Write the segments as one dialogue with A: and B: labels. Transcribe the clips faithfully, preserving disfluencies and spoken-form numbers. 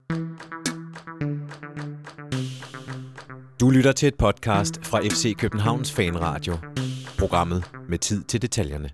A: Du lytter til et podcast fra F C Københavns Fanradio. Programmet med tid til detaljerne.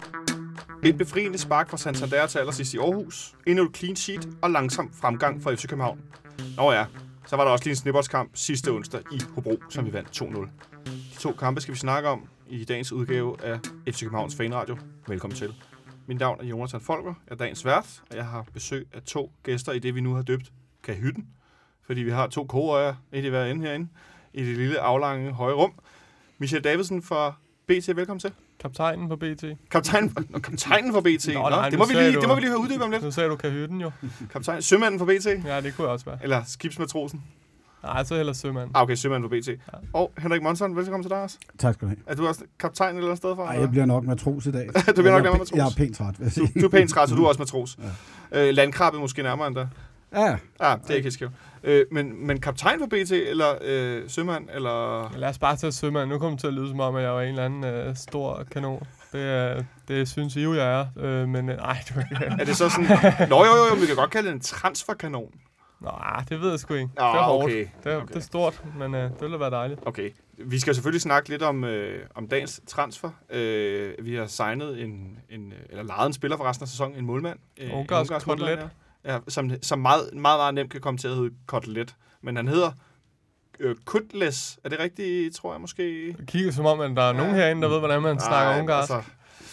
B: Et befriende spark fra Santander til allersidst i Aarhus. Endnu et clean sheet og langsom fremgang for F C København. Nå ja, så var der også lige en snibboldskamp sidste onsdag i Hobro, som vi vandt to nul. De to kampe skal vi snakke om i dagens udgave af F C Københavns Fanradio. Velkommen til. Mit navn er Jonathan Folker, jeg er dagens vært, og jeg har besøg af to gæster i det, vi nu har døbt Kahytten. Fordi vi har to kogeøjer, et i hver ende herinde, i det lille aflange høje rum. Michelle Davidsen fra B T, velkommen til.
C: Kaptajnen for B T.
B: Kaptajn, Nå, kaptajnen for B T.
C: Nå, nej,
B: det, må vi lige,
C: du,
B: det må vi lige høre uddybet om lidt.
C: Nu sagde du Kahytten jo.
B: Kaptajn, sømanden for B T?
C: Ja, det kunne også være.
B: Eller skibsmatrosen?
C: Nej, så heller sømand.
B: Ah, okay, sømanden for B T. Ja. Og Henrik Monson, velkommen til dig også.
D: Tak skal du have.
B: Er du også kaptajn et eller andet sted fra?
D: Nej, jeg bliver nok matros i dag.
B: Du bliver nok nærmere matros?
D: Jeg er pænt træt, vil jeg sige.
B: Du, du er pænt træt, så du er også matros.
D: Ja.
B: Øh, landkrabbe måske nærmere end dig.
D: Ja.
B: Ah, det er ikke helt skævt. Øh, men, men kaptajn for B T, eller øh, sømand, eller...
C: Lad os bare tage sømand. Nu kommer det til at lyde som om, at jeg var en eller anden øh, stor kanon. Det, øh, det synes I jo, jeg er. Øh, men øh, nej, du ikke.
B: Er det så sådan... Nå jo, jo, jo, vi kan godt kalde det en transferkanon.
C: Nå, det ved jeg sgu ikke.
B: Nå,
C: det er hårdt.
B: okay.
C: Det, er,
B: okay.
C: det er stort, men øh, det ville være dejligt.
B: Okay. Vi skal selvfølgelig snakke lidt om, øh, om dagens transfer. Øh, vi har signet en, en, eller lejet en spiller for resten af sæsonen, en målmand.
C: Øh, Ungarsk Kotelet.
B: Ja, som, som meget, meget, meget nemt kan komme til at hedde Kotelet. Men han hedder øh, Kutles. Er det rigtigt, tror jeg måske?
C: Det kigger som om, at der er ja. nogen herinde, der ved, hvordan man snakker
B: Ej,
C: ungarsk.
B: Altså,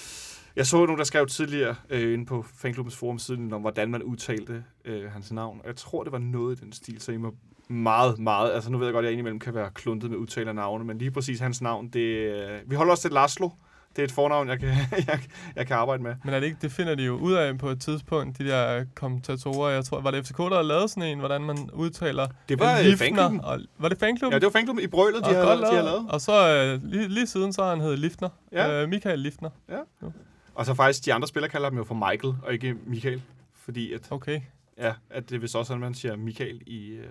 B: jeg så nogen, der skrev tidligere øh, inde på fanklubbens forum siden om, hvordan man udtalte øh, hans navn. Jeg tror, det var noget i den stil, så I må meget, meget... Altså, nu ved jeg godt, at jeg indimellem kan være kluntet med udtale af navne, men lige præcis hans navn, det... Øh, vi holder os til Laszlo. Det er et fornavn, jeg kan, jeg, jeg kan arbejde med.
C: Men er det ikke, det finder de jo ud af på et tidspunkt, de der kommentatorer. Jeg tror, var det F C K, der havde lavet sådan en, hvordan man udtaler
B: det var fanklubben.
C: Og, var det fanklubben?
B: Ja, det var fanklubben i Brølet, de havde, de havde lavet.
C: Og så øh, lige, lige siden, så har han heddet Liftner.
B: Ja.
C: Øh, Michael Liftner.
B: Ja. Jo. Og så faktisk, de andre spillere kalder dem jo for Michael, og ikke Michael. Fordi at...
C: Okay.
B: Ja, at det er vist også sådan, man siger Michael i, øh,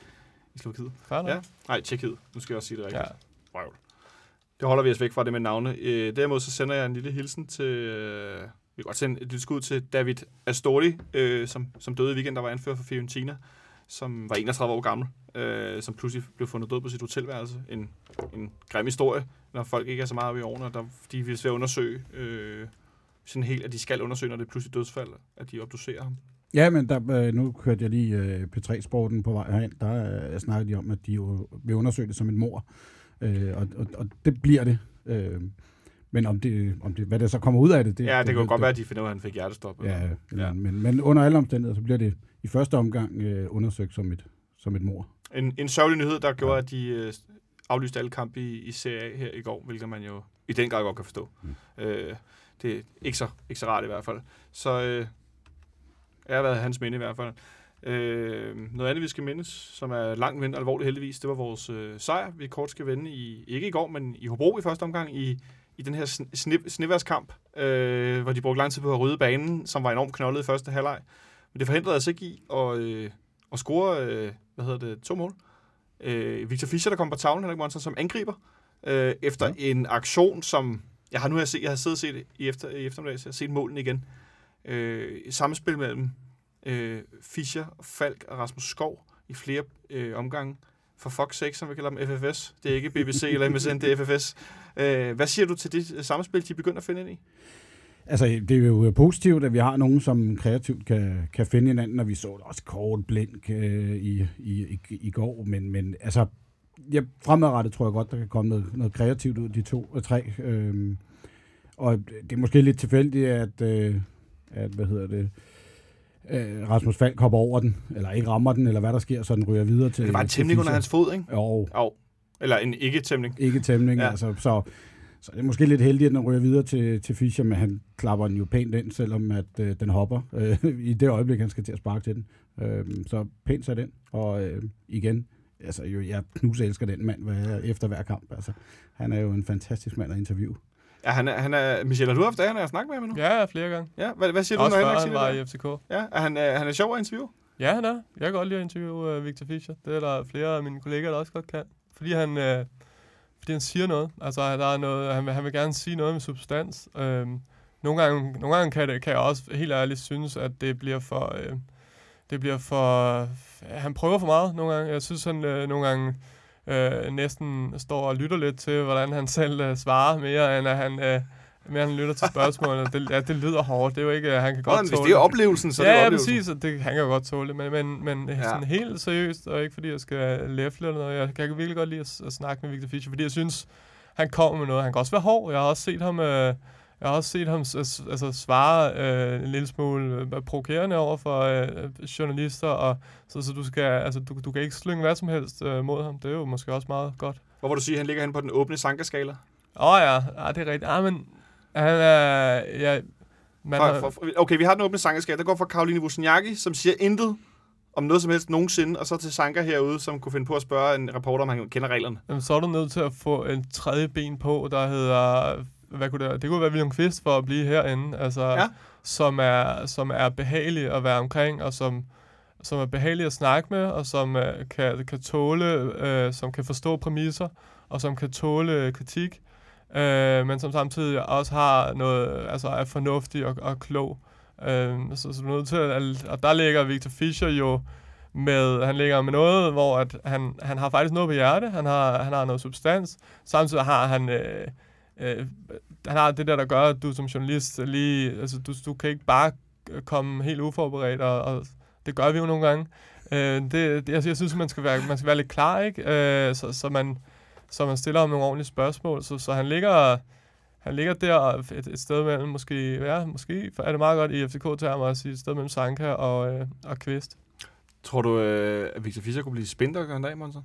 B: i Slovakiet.
C: Færdig.
B: Ja. Nej, Tjekkiet. Nu skal jeg også sige det rigtigt.
C: Ja.
B: Wow. Det holder vi os væk fra det med navne. Øh, derimod så sender jeg en lille hilsen til... Øh, vi kan godt sende et lille skud til David Astori, øh, som, som døde i weekenden, der var anfører for Fiorentina, som var enogtredive år gammel, øh, som pludselig blev fundet død på sit hotelværelse. En, en grim historie, når folk ikke er så meget oppe i årene, der, de vil svære undersøge... Øh, sådan helt, at de skal undersøge, når det er pludselig dødsfald, at de obducerer ham.
D: Ja, men der, øh, nu kørte jeg lige øh, P tre-sporten på vej herind. Der øh, snakkede de om, at de jo vil undersøge det som en mord. Øh, og, og, og det bliver det. Øh, men om det, om det, hvad der så kommer ud af det... det
B: ja, det, det kan jo godt
D: det,
B: være, at de finder ud af, at han fik hjertestop.
D: Ja, ja. Men, men under alle omstændigheder, så bliver det i første omgang øh, undersøgt som et, som et mord.
B: En, en sørgelig nyhed, der gjorde, at de øh, aflyste alle kampe i, i Serie A her i går, hvilket man jo i den grad godt kan forstå. Mm. Øh, Det er ikke så, ikke så rart i hvert fald. Så øh, jeg har været hans minde i hvert fald. Øh, noget andet, vi skal mindes, som er langt vent alvorligt heldigvis, det var vores øh, sejr. Vi kort skal vende i, ikke i går, men i Hobro i første omgang, i, i den her sn- sneværskamp, øh, hvor de brugte lang tid på at rydde banen, som var enormt knoldet i første halvleg. Men det forhindrede os ikke i at, øh, at score, øh, hvad hedder det, to mål. Øh, Victor Fischer, der kom på tavlen, Henrik Monson, som angriber, øh, efter ja. en aktion, som... Jeg har nu jeg set, jeg har siddet og set i, efter, i eftermiddag, så jeg har set målene igen. Øh, samspil mellem øh, Fischer, Falk og Rasmus Skov i flere øh, omgange. For fuck's sake, som vi kalder dem, F F S. Det er ikke B B C eller M S N, det er F F S. Øh, hvad siger du til det samspil, de begynder at finde ind i?
D: Altså, det er jo positivt, at vi har nogen, som kreativt kan, kan finde hinanden, og vi så det også kort blink øh, i, i, i, i går, men, men altså... Ja, fremadrettet tror jeg godt, der kan komme noget, noget kreativt ud af de to og tre. Øhm, og det er måske lidt tilfældigt, at, øh, at hvad hedder det, øh, Rasmus Falk hopper over den, eller ikke rammer den, eller hvad der sker, så den ryger videre til...
B: Det var en tæmning under hans fod, ikke?
D: Jo.
B: jo. Eller en ikke-tæmning.
D: Ikke-tæmning, ja. altså. Så, så det er måske lidt heldigt, at den ryger videre til, til Fischer, men han klapper den jo pænt ind, selvom at øh, den hopper øh, i det øjeblik, han skal til at sparke til den. Øh, så pænt sat ind, og øh, igen... Altså, jo, jeg knuselsker den mand hvad, efter hver kamp. Altså, han er jo en fantastisk mand at interviewe.
B: Ja, han er, han er... Michelle, har du haft dagen, at snakke med ham nu?
C: Ja, flere gange.
B: Ja, hvad, hvad siger
C: også
B: du, når
C: han
B: siger
C: var
B: det
C: i F C K.
B: Ja, er han, er, han er sjov at interviewe?
C: Ja, han er. Jeg kan godt lide at interviewe uh, Victor Fischer. Det er der flere af mine kollegaer, der også godt kan. Fordi han, uh, fordi han siger noget. Altså, der er noget, han, vil, han vil gerne sige noget med substans. Uh, nogle gange, nogle gange kan, det, kan jeg også helt ærligt synes, at det bliver for... Uh, det bliver for... Han prøver for meget nogle gange. Jeg synes, han øh, nogle gange øh, næsten står og lytter lidt til, hvordan han selv øh, svarer mere, end at han... Øh, mere han lytter til spørgsmålene. Det, ja, det lyder hårdt. Det er jo ikke... Han kan godt
B: Hvis
C: tåle
B: det er oplevelsen, så
C: ja,
B: er det
C: ja,
B: oplevelsen.
C: præcis. Det, han kan jo godt tåle det. Men, men, men ja. sådan helt seriøst, og ikke fordi jeg skal læfle eller noget. Jeg kan virkelig godt lide at, at snakke med Victor Fischer, fordi jeg synes, han kommer med noget. Han kan også være hård. Jeg har også set ham... Øh, Jeg har også set ham altså, svare øh, en lille smule øh, provokerende over for øh, journalister, og så, så du, skal, altså, du, du kan ikke slynge hvad som helst øh, mod ham. Det er jo måske også meget godt.
B: Hvor vil du sige, at han ligger hen på den åbne Sanka-skala?
C: Åh oh, ja, ah, det er rigtigt. Ah, men han er... Ja, man
B: fra,
C: har...
B: fra, okay, vi har den åbne Sanka-skala. Der går fra Caroline Wozniacki, som siger intet om noget som helst nogensinde, og så til Sanka herude, som kunne finde på at spørge en reporter, om han kender reglerne.
C: Jamen, så er du nødt til at få en tredje ben på, der hedder... Hvad kunne det, det kunne være William Kvist for at blive herinde, altså,
B: ja.
C: som, er, som er behagelig at være omkring, og som, som er behagelig at snakke med, og som uh, kan, kan tåle, uh, som kan forstå præmisser, og som kan tåle kritik, uh, men som samtidig også har noget, altså er fornuftig og, og klog. Uh, så, så du er nødt til at, og der ligger Victor Fischer jo med, han ligger med noget, hvor at han, han har faktisk noget på hjerte, han har, han har noget substans, samtidig har han... Uh, Uh, han har det der, der gør, at du som journalist lige... Altså, du, du kan ikke bare komme helt uforberedt, og, og det gør vi jo nogle gange. Uh, det, det, jeg, jeg synes, man skal være, man skal være lidt klar, ikke? Uh, så, så, man, så man stiller ham nogle ordentlige spørgsmål. Så, så han ligger... Han ligger der et, et sted mellem, måske... Ja, måske er det meget godt i F C K-termer at sige et sted mellem Sanka og, uh, og Kvist.
B: Tror du, uh, at Victor Fischer kunne blive spindoktor en dag, Monsen?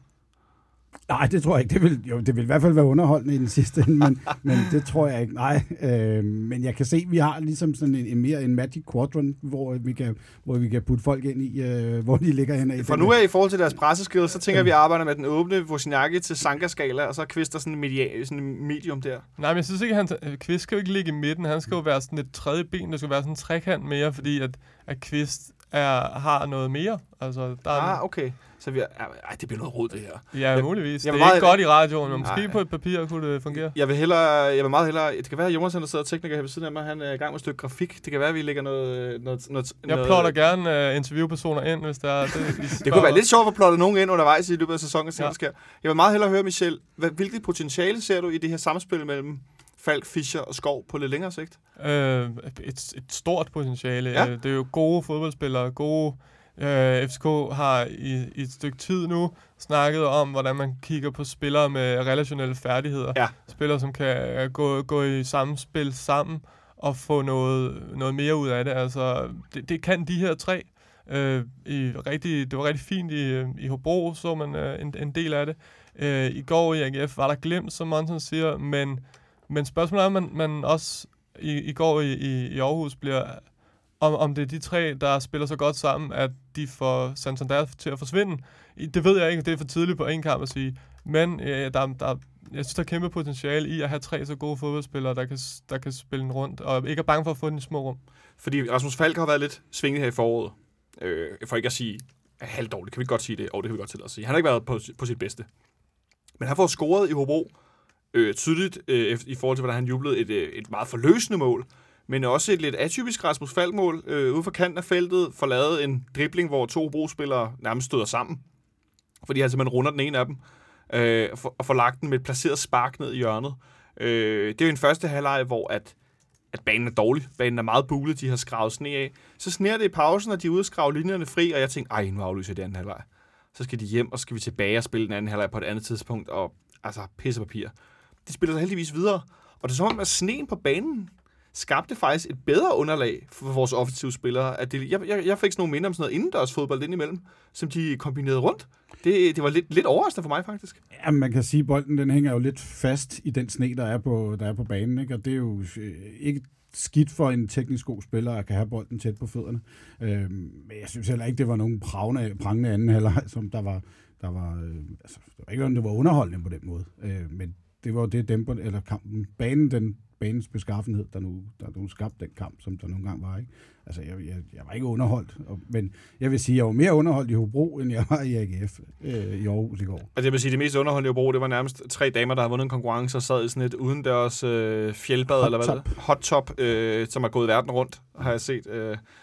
D: Nej, det tror jeg ikke. Det vil, jo, det vil i hvert fald være underholdende i den sidste ende, men, men det tror jeg ikke. Nej, øh, men jeg kan se, at vi har ligesom sådan en, en mere en Magic Quadrant, hvor vi kan, hvor vi kan putte folk ind i, øh, hvor de ligger henne.
B: For nu er i forhold til deres presseskrive, så tænker jeg, at vi arbejder med den åbne Wozniacki til Sanka-skala, og så Kvist der sådan en, media, sådan en medium der.
C: Nej, men jeg synes ikke, at han, Kvist skal jo ikke ligge i midten. Han skal jo være sådan et tredje ben. Der skal være sådan en trekant mere, fordi at, at Kvist er, har noget mere. Altså, der
B: ah,
C: er,
B: okay. Så vi er, ej, det bliver noget rod, det her.
C: Ja, jeg, muligvis.
B: Jeg
C: det er
B: meget,
C: ikke godt i radioen, men måske
B: nej.
C: på et papir kunne det fungere.
B: Jeg vil hellere, jeg vil meget hellere, det kan være, at Jonas, der sidder tekniker her ved siden af mig, han er i gang med et stykke grafik. Det kan være, at vi lægger noget... noget, noget
C: jeg
B: noget,
C: plotter gerne uh, interviewpersoner ind, hvis der er... Det,
B: det kunne være lidt sjovt at plotte nogen ind undervejs i løbet af sæsonen, ja. Sker. Jeg vil meget hellere høre, Michel, hvilket potentiale ser du i det her samspil mellem Falk, Fischer og Skov på lidt længere sigt?
C: Uh, et, et stort potentiale.
B: Ja.
C: Det er jo gode fodboldspillere, gode... Uh, F C K har i, i et stykke tid nu snakket om, hvordan man kigger på spillere med relationelle færdigheder.
B: Ja.
C: Spillere, som kan gå, gå i samspil sammen og få noget, noget mere ud af det. Altså, det, det kan de her tre. Uh, i rigtig, det var rigtig fint i, i Hobro, så man uh, en, en del af det. Uh, I går i A G F var der glemt, som Monsen siger, men, men spørgsmålet er, om man, man også i, i går i, i, i Aarhus bliver... Om, om det er de tre, der spiller så godt sammen, at de får Santander til at forsvinde. Det ved jeg ikke, det er for tidligt på en kamp at sige. Men øh, der, der, jeg synes, der er kæmpe potentiale i at have tre så gode fodboldspillere, der kan, der kan spille den rundt, og ikke er bange for at få den i små rum.
B: Fordi Rasmus Falk har været lidt svingende her i foråret. Øh, for ikke at sige halvdårligt, kan vi godt sige det? Og det kan vi godt til at sige. Han har ikke været på, på sit bedste. Men han får scoret i Hobro øh, tydeligt øh, i forhold til, hvordan han jublede et, et meget forløsende mål. Men også et lidt atypisk Rasmus Falk-mål øh, ude for kanten af feltet, får lavet en dribling, hvor to Hobro-spillere nærmest støder sammen. Fordi han simpelthen runder den ene af dem, øh, og får lagt den med et placeret spark ned i hjørnet. Øh, det er jo en første halvleg, hvor at, at banen er dårlig. Banen er meget bulet, de har skravet sne af. Så sneer det i pausen, og de er ude at skrave linjerne fri, og jeg tænkte, ej, nu aflyser det anden halvleg. Så skal de hjem, og så skal vi tilbage og spille den anden halvleg på et andet tidspunkt, og altså pissepapir. De spiller sig heldigvis videre, og det er som om, at sneen på banen skabte faktisk et bedre underlag for vores offensive spillere. At det, jeg, jeg, jeg fik sådan nogle minder om sådan noget indendørs fodbold indimellem, som de kombinerede rundt. Det, det var lidt, lidt overraskende for mig, faktisk.
D: Ja, man kan sige, at bolden den hænger jo lidt fast i den sne, der er på, der er på banen, ikke? Og det er jo øh, ikke skidt for en teknisk god spiller at kan have bolden tæt på fødderne. Øh, men jeg synes heller ikke, det var nogen prangende, prangende anden halvleg, som der var, der var, øh, altså, det var ikke noget, det var underholdende på den måde. Øh, men det var det dæmper, eller kampen, banen, den banens beskaffenhed, der nu, der nu skabte den kamp, som der nogle gange var, ikke? Altså, jeg, jeg, jeg var ikke underholdt, og, men jeg vil sige, jeg var mere underholdt i Hobro, end jeg var i A G F øh, i Aarhus i går.
B: Altså, jeg vil sige, det mest underholdende i Hobro, det var nærmest tre damer, der havde vundet en konkurrence og sad i sådan et udendørs øh, fjeldbad,
D: hot
B: eller hvad
D: top.
B: det Hot top, øh, som er gået verden rundt, har jeg set. Øh,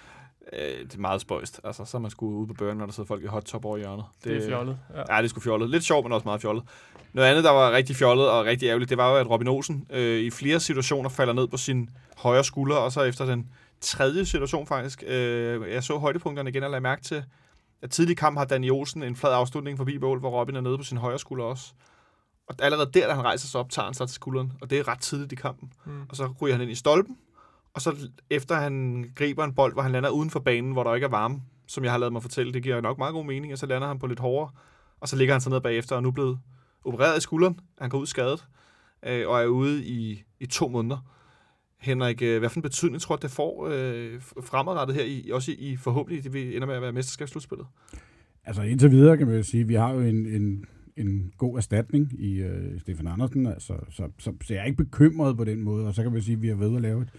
B: Øh, det er meget spøjst. Altså, så er man sgu ude på børn, når der sidder folk i hot top over hjørnet.
C: Det, det er fjollet. Ja.
B: ja, det er sgu fjollet. Lidt sjovt, men også meget fjollet. Noget andet, der var rigtig fjollet og rigtig ærgerligt, det var jo, at Robin Olsen øh, i flere situationer falder ned på sin højre skulder, og så efter den tredje situation faktisk, øh, jeg så højdepunkterne igen og lagde mærke til, at tidlig kamp har Danny Olsen en flad afslutning forbi mål, hvor Robin er nede på sin højre skulder også. Og allerede der, da han rejser sig op, tager han sig til skulderen, og det er ret tidligt i kampen. Mm. Og så ryger han ind i stolpen, og så efter han griber en bold, hvor han lander uden for banen, hvor der ikke er varme, som jeg har lavet mig fortælle, det giver nok meget god mening, og så lander han på lidt hårdere, og så ligger han så ned bagefter, og nu er blevet opereret i skulderen. Han går ud skadet, øh, og er ude i, i to måneder. Henrik, øh, hvad for en betydning tror du, det får øh, fremadrettet her, i, også i, i forhåbentlig, det vi ender med at være mesterskabsslutspillet?
D: Altså indtil videre kan man jo sige, vi har jo en, en, en god erstatning i øh, Stefan Andersen, altså, så, så, så jeg er ikke bekymret på den måde, og så kan man sige, at vi har ved at lave et,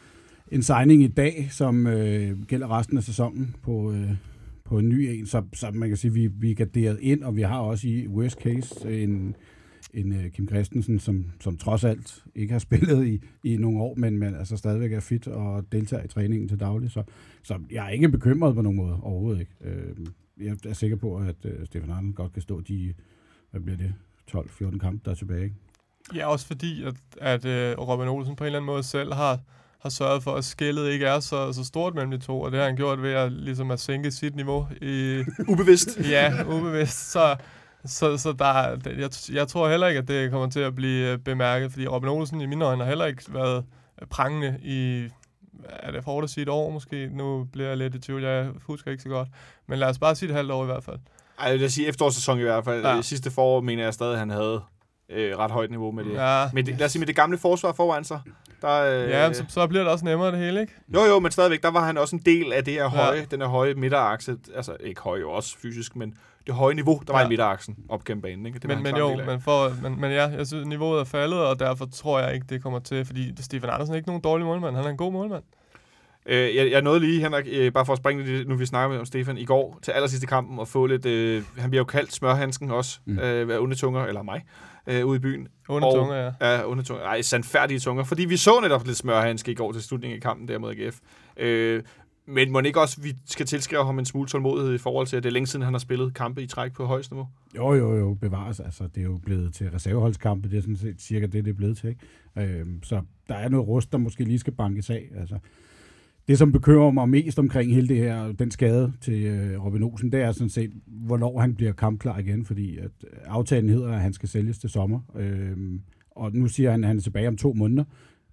D: en signing i dag, som øh, gælder resten af sæsonen på, øh, på en ny en, så, så man kan sige, at vi, vi er garderet ind, og vi har også i worst case en, en uh, Kim Christensen, som, som trods alt ikke har spillet i, i nogle år, men, men altså stadigvæk er fit og deltager i træningen til daglig, så, så jeg er ikke bekymret på nogen måde, overhovedet ikke. Øh, jeg er sikker på, at uh, Stefan Andersen godt kan stå de, hvad bliver det, tolv fjorten kampe, der er tilbage, ikke?
C: Ja, også fordi, at, at uh, Robin Olsen på en eller anden måde selv har har sørget for, at skældet ikke er så, så stort mellem de to, og det har han gjort ved at, ligesom at sænke sit niveau. I,
B: ubevidst.
C: Ja, ubevidst. Så, så, så der, jeg, jeg tror heller ikke, at det kommer til at blive bemærket, fordi Robin Olsen i mine øjne har heller ikke været prangende i, er det for hårdt at sige et år måske? Nu bliver jeg lidt i tvivl, jeg husker ikke så godt. Men lad os bare sige et halvt år i hvert fald.
B: Ej, jeg vil sige efterårssæson i hvert fald. Ja. Sidste forår mener jeg stadig, at han havde øh, ret højt niveau med det. Ja. Med det. Lad os sige, med det gamle forsvar foran sig. Der, øh,
C: ja, så, så bliver det også nemmere det hele, ikke?
B: Jo, jo, men stadigvæk, der var han også en del af det her høje, ja. Den her høje midterakse, altså ikke høje jo også fysisk, men det høje niveau, der var ja. I midteraksen op gennem banen, ikke? Det
C: men, men jo, men, for, men, men ja, jeg synes, niveauet er faldet, og derfor tror jeg ikke, det kommer til, fordi Stefan Andersen er ikke nogen dårlig målmand, han er en god målmand.
B: Øh, jeg, jeg nåede lige, Henrik, øh, bare for at springe det, nu vi snakker om Stefan, i går til allersidste kampen, og få lidt, øh, han bliver jo kaldt smørhandsken også, mm. øh, ondetunger, eller mig, øh, ude i byen.
C: Ondetunger, ja.
B: Ja, ondetunger. Ej, sandfærdige tunger, fordi vi så netop lidt smørhandske i går til slutningen af kampen der mod A G F. Øh, men må ikke også, vi skal tilskrive ham en smule tålmodighed i forhold til, at det er længe siden, han har spillet kampe i træk på højst niveau?
D: Jo, jo, jo, bevares. Altså, det er jo blevet til reserveholdskampe, det er sådan set cirka det, det er blevet til, ikke? Øh, så der er noget rust, der måske lige skal bankes af, altså. Det, som bekymrer mig mest omkring hele det her, den skade til øh, Robin Olsen, det er sådan set, hvornår han bliver kampklar igen, fordi at aftalen hedder, at han skal sælges til sommer. Øhm, og nu siger han, at han er tilbage om to måneder.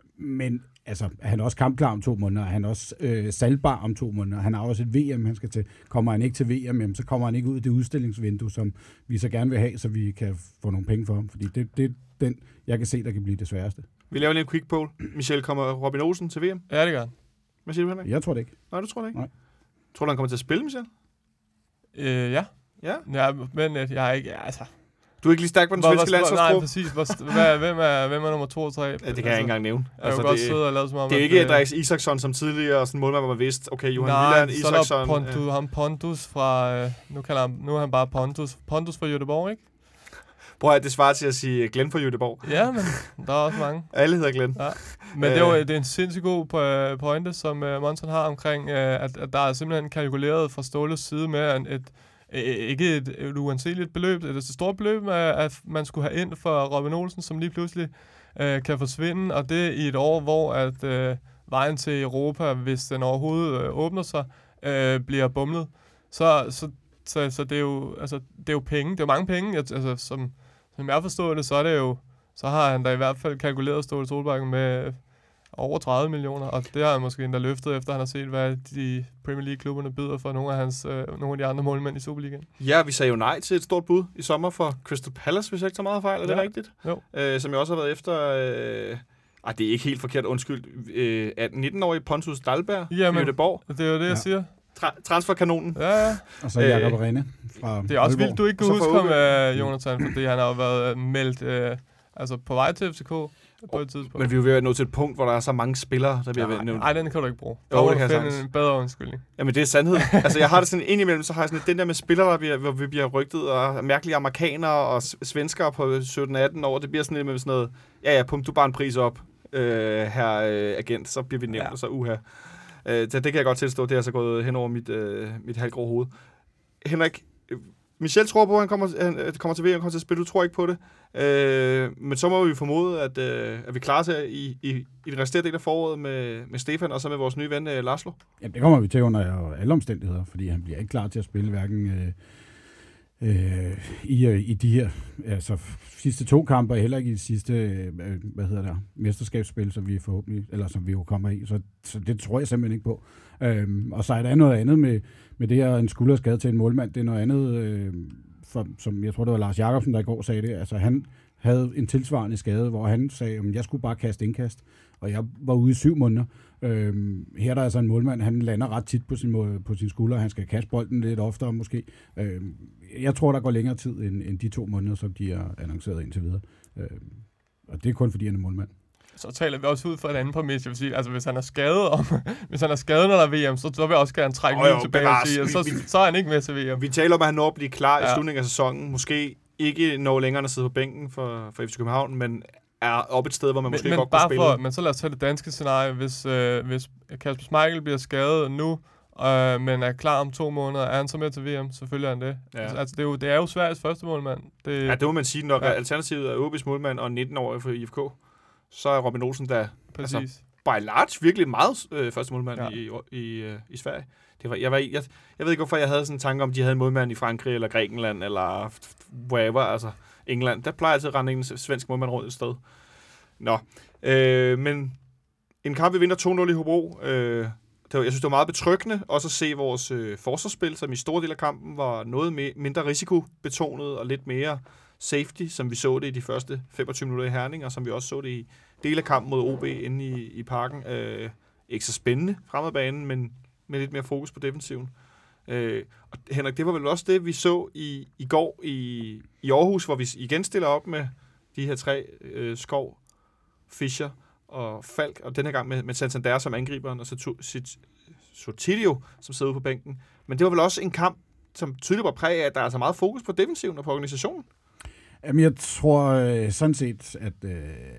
D: Men altså, er han også kampklar om to måneder? Er han også øh, salgbar om to måneder? Han har også et V M, han skal til. Kommer han ikke til V M, så kommer han ikke ud i det udstillingsvindue, som vi så gerne vil have, så vi kan få nogle penge for ham. Fordi det er det, den, jeg kan se, der kan blive det sværeste.
B: Vi laver lige en quick poll. Michel, kommer Robin Olsen til V M?
C: Ja, det gør han.
B: Hvad siger du, Henrik?
D: Jeg tror det ikke.
B: Nej, du tror det ikke?
D: Nej.
B: Tror du, han kommer til at spille, Michel?
C: Øh, ja.
B: Ja?
C: Ja, men jeg er ikke, ja, altså...
B: Du er ikke lige stærk på den svenske landsholdsgruppe?
C: Nej, præcis. Hvor, hvad, hvem, er, hvem er nummer to og tre?
B: Ja, det kan altså, jeg ikke engang nævne.
C: Jeg altså, kan godt sidde og lade som om...
B: Det er jo ikke Andreas Isaksson som tidligere, og sådan en målmand, hvor man vidste, okay, Johan Wieland, Isaksson...
C: Nej, så er der Pontus, øh. ham Pontus fra... Øh, nu, kalder han, nu er han bare Pontus. Pontus fra Göteborg, ikke?
B: Prøv at det svarer til at sige Glenn fra Göteborg.
C: Ja, men der er også mange.
B: Alle hedder Glenn. Ja.
C: Men det er jo det er en sindssygt god pointe, som uh, Monson har omkring, uh, at, at der er simpelthen kalkuleret fra Ståles side med en, et, et, ikke et, et uanseligt beløb, et, et stort beløb, med, at man skulle have ind for Robin Olsen, som lige pludselig uh, kan forsvinde, og det i et år, hvor at uh, vejen til Europa, hvis den overhovedet uh, åbner sig, uh, bliver bumlet. Så, så, så, så det, er jo, altså, det er jo penge, det er jo mange penge, altså, som... Som jeg forstår det, så er det jo, så har han da i hvert fald kalkuleret Ståle Solbakken med over tredive millioner, og det har han måske endda løftet, efter han har set, hvad de Premier League-klubberne byder for nogle af, hans, øh, nogle af de andre målmænd i Superligaen.
B: Ja, vi sagde jo nej til et stort bud i sommer for Crystal Palace, hvis jeg ikke tager meget fejl. Er det
C: ja.
B: rigtigt?
C: Jo.
B: Øh, som jeg også har været efter... Øh, ej, det er ikke helt forkert, undskyld. Øh, atten nitten-årig Pontus Dahlberg, Göteborg.
C: Det er jo det, jeg ja. siger.
B: Tra- transferkanonen.
C: Ja, ja.
D: Og så Jakob øh, Rene fra
C: Det er også vildt, du ikke kan huske ham, uh, Jonathan, fordi han har jo været uh, meldt uh, altså på vej til F C K på oh, et tidspunkt.
B: Men vi er jo ved at nå til et punkt, hvor der er så mange spillere, der bliver ja, nævnt.
C: Nej, den kan du ikke bruge.
B: Jo,
C: jo
B: det kan
C: finde en bedre undskyldning.
B: Jamen, det er sandhed. Altså, jeg har det sådan indimellem, så har jeg sådan den der med spillere, der bliver, hvor vi bliver rygtet, og mærkelige amerikanere og svenskere på sytten atten år. Det bliver sådan lidt med sådan noget, ja, ja, pump du bare en pris op, øh, her øh, agent, så bliver vi nævnt, ja. Og så uha. Øh, det, det kan jeg godt tilstå, det er så gået hen over mit, øh, mit halvgrå hoved. Henrik, Michel tror på, at han kommer, han kommer til V M, han kommer til at spille. Du tror ikke på det. Øh, men så må vi formode, at, øh, at vi klarer sig i, i, i den resterende del af foråret med, med Stefan, og så med vores nye ven, øh, Laszlo.
D: Jamen, det kommer vi til under alle omstændigheder, fordi han bliver ikke klar til at spille hverken øh, øh, i, i de her altså, sidste to kampe, og heller ikke i de sidste øh, hvad hedder det, mesterskabsspil, som vi forhåbentlig, eller som vi jo kommer i. Så, så det tror jeg simpelthen ikke på. Øhm, og så er der noget andet med, med det her, en skulderskade til en målmand. Det er noget andet, øh, for, som jeg tror, det var Lars Jakobsen, der i går sagde det. Altså, han havde en tilsvarende skade, hvor han sagde, at jeg skulle bare kaste indkast, og jeg var ude i syv måneder. Øhm, her er der altså en målmand, han lander ret tit på sin, på sin skulder, han skal kaste bolden lidt oftere måske. Øhm, jeg tror, der går længere tid end, end de to måneder, som de har annonceret indtil videre. Øhm, og det er kun fordi, han er målmand.
C: Så taler vi også ud for et andet præmis. Jeg vil sige, altså hvis han er skadet, om, hvis han er skadet, når der er V M, så, så vil jeg også gerne trække oh, jo, tilbage og sige, så, vi, så er han ikke med til V M.
B: Vi taler om, at han når at blive klar ja. i slutningen af sæsonen. Måske ikke når længere at sidde på bænken for, for F C København, men er op et sted, hvor man
C: men,
B: måske
C: men
B: godt
C: bare
B: kunne spille.
C: For, men så lad os tage det danske scenarie. Hvis, øh, hvis Kasper Schmeichel bliver skadet nu, øh, men er klar om to måneder, er han så med til V M? Selvfølgelig er han det. Ja. Altså, det, er jo, det er jo Sveriges første målmand. Det,
B: ja, det må man sige. Når
C: ja.
B: alternativet er O B's målmand og nitten-årig for I F K, så er Robin Olsen der,
C: præcis.
B: Altså, by large, virkelig meget øh, første målmand ja. i, i, øh, i Sverige. Det var, jeg, var, jeg, jeg ved ikke, hvorfor jeg havde sådan en tanke om, de havde en målmand i Frankrig, eller Grækenland, eller wherever, altså England. Der plejer altid at rende en svensk målmand rundt et sted. Nå, øh, men en kamp, vi vinder to nul i Hobro. Øh, det var, jeg synes, det var meget betryggende også at se vores øh, forsvarsspil, som i store del af kampen var noget me- mindre risikobetonet og lidt mere safety, som vi så det i de første femogtyve minutter i Herning, og som vi også så det i del af kampen mod O B inde i, i parken. Øh, ikke så spændende fremadbanen, men med lidt mere fokus på defensiven. Øh, og Henrik, det var vel også det, vi så i, i går i, i Aarhus, hvor vi igen stiller op med de her tre, øh, Skov, Fischer og Falk, og denne gang med, med Santander som angriberen, og så Sotilio, som sidder ude på bænken. Men det var vel også en kamp, som tydeligt var præget af, at der er så meget fokus på defensiven og på organisationen.
D: Jamen, jeg tror øh, sådan set, at, øh,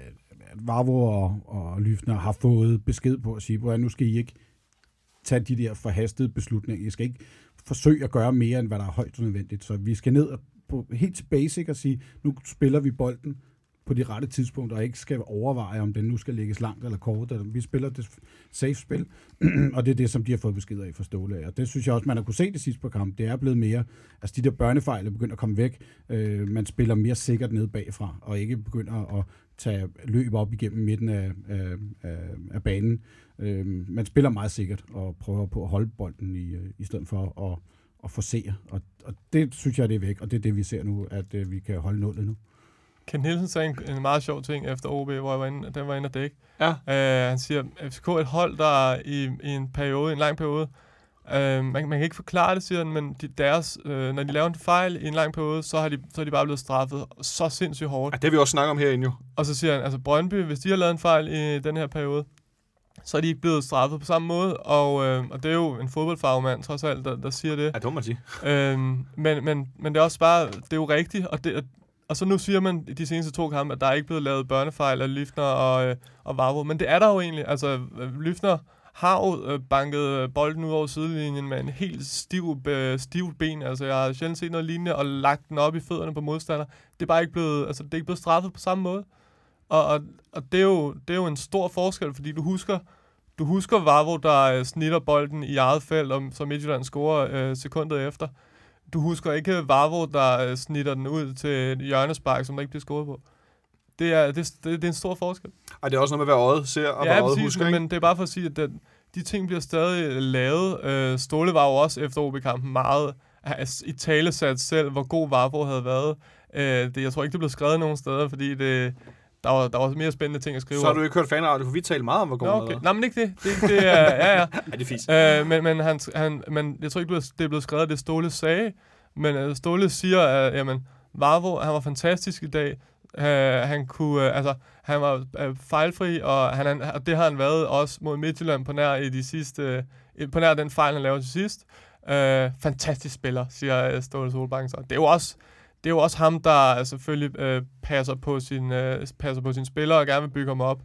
D: at Vavro og, og Lyftner har fået besked på at sige, at nu skal I ikke tage de der forhastede beslutninger. I skal ikke forsøge at gøre mere, end hvad der er højt nødvendigt. Så vi skal ned på helt til basic og sige, nu spiller vi bolden på de rette tidspunkter, og ikke skal overveje, om den nu skal lægges langt eller kort. Vi spiller det safe spil, og det er det, som de har fået besked af fra Ståle. Og det synes jeg også, man har kunne se det sidste på kamp. Det er blevet mere, altså de der børnefejl er begyndt at komme væk. Øh, man spiller mere sikkert ned bagfra, og ikke begynder at tage løb op igennem midten af, af, af, af banen. Øh, man spiller meget sikkert, og prøver på at holde bolden i, i stedet for at, at forsere. Og, og det synes jeg, det er væk, og det er det, vi ser nu, at uh, vi kan holde nullet nu. Ken
C: Nielsen sagde en, en meget sjov ting efter O B, hvor jeg var inde, den var inde at dække.
B: Ja.
C: Uh, han siger, at F C K er et hold, der i, i en periode, en lang periode, uh, man, man kan ikke forklare det, siger han, men de, deres, uh, når de laver en fejl i en lang periode, så har de, så er de bare blevet straffet så sindssygt hårdt.
B: Ja, det har vi også snakket om herinde jo.
C: Og så siger han, altså Brøndby, hvis de har lavet en fejl i den her periode, så er de ikke blevet straffet på samme måde, og, øh, og det er jo en fodboldfagmand, trods alt, der, der siger det.
B: Ja, det må man sige.
C: Øhm, men, men, men det er også bare, det er jo rigtigt, og, det, og så nu siger man i de seneste to kampe, at der er ikke blevet lavet børnefejl af Lyftner og, øh, og Vavro, men det er der jo egentlig. Altså, Lyftner har jo øh, banket bolden ud over sidelinjen med en helt stiv, øh, stivt ben, altså jeg har sjældent set noget lignende, og lagt den op i fødderne på modstander. Det er bare ikke blevet, altså det er ikke blevet straffet på samme måde. Og, og, og det, er jo, det er jo en stor forskel, fordi du husker, du husker Vavro, der øh, snitter bolden i eget felt, og så Midtjylland scorer øh, sekundet efter. Du husker ikke Vavro, der øh, snitter den ud til et hjørnespark, som der ikke bliver scoret på. Det er, det, det, det er en stor forskel.
B: Og det er også noget med, hvad øjet ser, og
C: ja,
B: hvad øjet
C: præcis,
B: husker,
C: men,
B: ikke?
C: men det er bare for at sige, at den, de ting bliver stadig lavet. Øh, Ståle var jo også efter O B-kampen meget i talesat selv, hvor god Vavro havde været. Øh, det, jeg tror ikke, det blev skrevet nogen steder, fordi det... Der var, der var mere spændende ting at skrive.
B: Så har du ikke hørt fanradio, for vi talte meget om, hvor god
C: okay. Nej, men ikke det. Det, det er, ja, ja.
B: ja, det er fisk.
C: Øh, men, men, han, han, men jeg tror ikke, det er blevet skrevet, det Ståle sagde. Men uh, Ståle siger, at jamen, Vavro, han var fantastisk i dag. Uh, han kunne, uh, altså, han var uh, fejlfri, og, han, og det har han været også mod Midtjylland på nær i de sidste, uh, på nær den fejl, han lavede til sidst. Uh, fantastisk spiller, siger uh, Ståle Solbakken. Så det er jo også... Det er jo også ham, der selvfølgelig øh, passer, på sin, øh, passer på sine spillere og gerne vil bygge ham op.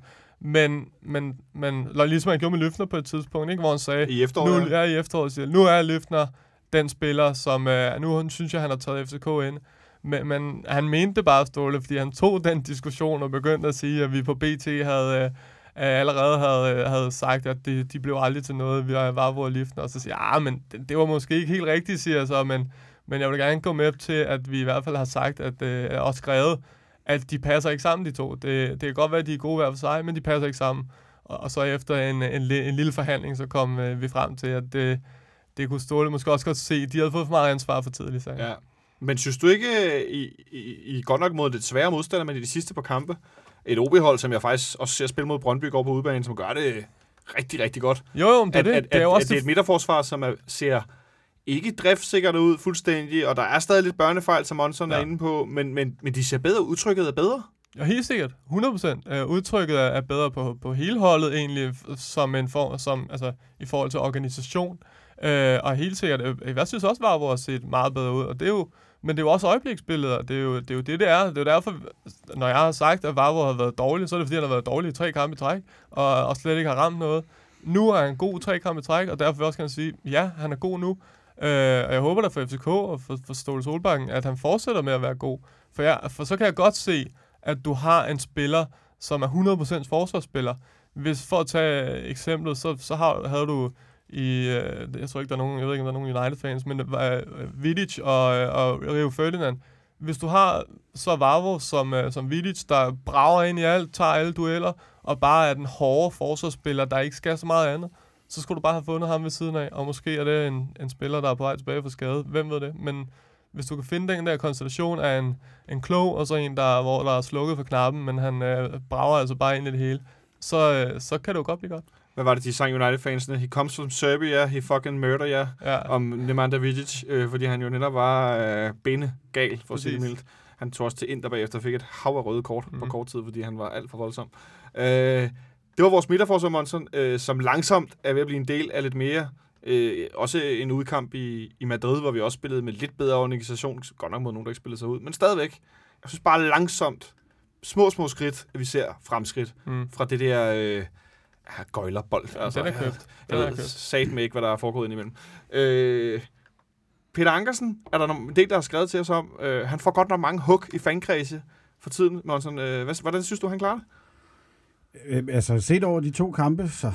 C: Men, men, men ligesom han gjorde med Løfner på et tidspunkt, ikke? Hvor han sagde,
B: I efteråret,
C: nu, ja, i efteråret, siger, nu er Løfner den spiller, som øh, nu synes jeg, han har taget F C K ind. Men, men han mente det bare, Ståle, fordi han tog den diskussion og begyndte at sige, at vi på B T havde... Øh, allerede havde, havde sagt, at de, de blev aldrig til noget, vi var hvor Løfner, og så siger jeg, ah, men det, det var måske ikke helt rigtigt, siger jeg så, men, men jeg vil gerne gå med til, at vi i hvert fald har sagt, at øh, og skrevet, at de passer ikke sammen, de to. Det, det kan godt være, at de er gode hver for sig, men de passer ikke sammen. Og, og så efter en, en, en lille forhandling, så kom øh, vi frem til, at det, det kunne Ståle måske også godt se. De havde fået for meget ansvar for tidligt.
B: Ja. Men synes du ikke, I, I, I godt nok mod det svære modstander, men i de sidste par kampe, et O B-hold, som jeg faktisk også ser spille mod Brøndby går på udbanen, som gør det rigtig, rigtig godt.
C: Jo, jo, det er
B: at,
C: det.
B: At,
C: det er
B: at,
C: også
B: at det er et midterforsvar, som er, ser ikke driftsikkert ud fuldstændig, og der er stadig lidt børnefejl, som Monson ja. er inde på, men, men, men de ser bedre, udtrykket er bedre.
C: Ja, helt sikkert. hundrede procent. Uh, udtrykket er bedre på, på hele holdet egentlig, som en form, som, altså, i forhold til organisation. Uh, og helt sikkert, uh, jeg synes også, var vores set meget bedre ud, og det er jo, men det er jo også øjebliksbilleder. Det er jo det, er jo det, det er. Det er jo derfor, når jeg har sagt, at Vavro har været dårlig, så er det fordi, han har været dårlig i tre kampe i træk, og, og slet ikke har ramt noget. Nu er han god tre kampe i træk, og derfor også kan jeg sige, ja, han er god nu. Øh, og jeg håber da for F C K og for, for Ståle Solbakken, at han fortsætter med at være god. For, jeg, for så kan jeg godt se, at du har en spiller, som er hundrede procent forsvarsspiller. Hvis for at tage eksemplet, så, så har, havde du i, jeg tror ikke, der er nogen, jeg ved ikke, om der er nogen United-fans, men uh, Vidic og, og Rio Ferdinand. Hvis du har så Vavro som, uh, som Vidic, der brager ind i alt, tager alle dueller, og bare er den hårde forsvarsspiller, der ikke skal så meget andet, så skulle du bare have fundet ham ved siden af, og måske er det en, en spiller, der er på vej tilbage for skade. Hvem ved det? Men hvis du kan finde den der konstellation af en, en klog, og så en, der, hvor der er slukket for knappen, men han uh, brager altså bare ind i det hele, så, uh, så kan det jo godt blive godt.
B: Hvad var det, de sang United-fansene? He comes from Serbia, he fucking murder ya. Ja. Om Nemanja Vidic, øh, fordi han jo netop var øh, benegal, for at sige det mildt. Han tog også til Inter bagefter og fik et hav af røde kort mm. på kort tid, fordi han var alt for voldsom. Øh, det var vores midterforsvar, Monson, øh, som langsomt er ved at blive en del af lidt mere. Øh, også en udkamp i, i Madrid, hvor vi også spillede med lidt bedre organisation. Godt nok mod nogen, der ikke spillede sig ud, men stadigvæk. Jeg synes bare langsomt, små, små skridt, at vi ser fremskridt mm. fra det der... Øh, Ja, gøjlerbold. Altså,
C: den er købt.
B: Jeg, jeg ved sat med ikke, hvad der er foregået indimellem. Øh, Peter Ankersen, er der en del, der har skrevet til os om. Øh, han får godt nok mange hug i fankredse for tiden. Monson, øh, hvad, hvordan synes du, han klarer det?
D: Øh, altså, set over de to kampe, så,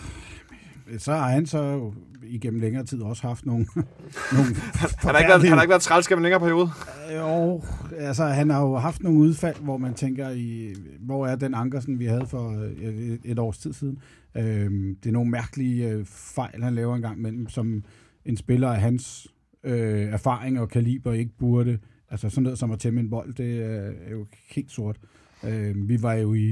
D: så har han så jo igennem længere tid også haft nogle... nogle
B: han, har ikke været, han har ikke været træls gennem en længere periode?
D: Jo, altså han har jo haft nogle udfald, hvor man tænker, i, hvor er den Ankersen, vi havde for et, et års tid siden. Øh, det er nogle mærkelige øh, fejl, han laver en gang imellem, som en spiller af hans øh, erfaring og kaliber ikke burde. Altså sådan noget som at tæmme en bold, det er, er jo helt sort. Øh, vi var jo i...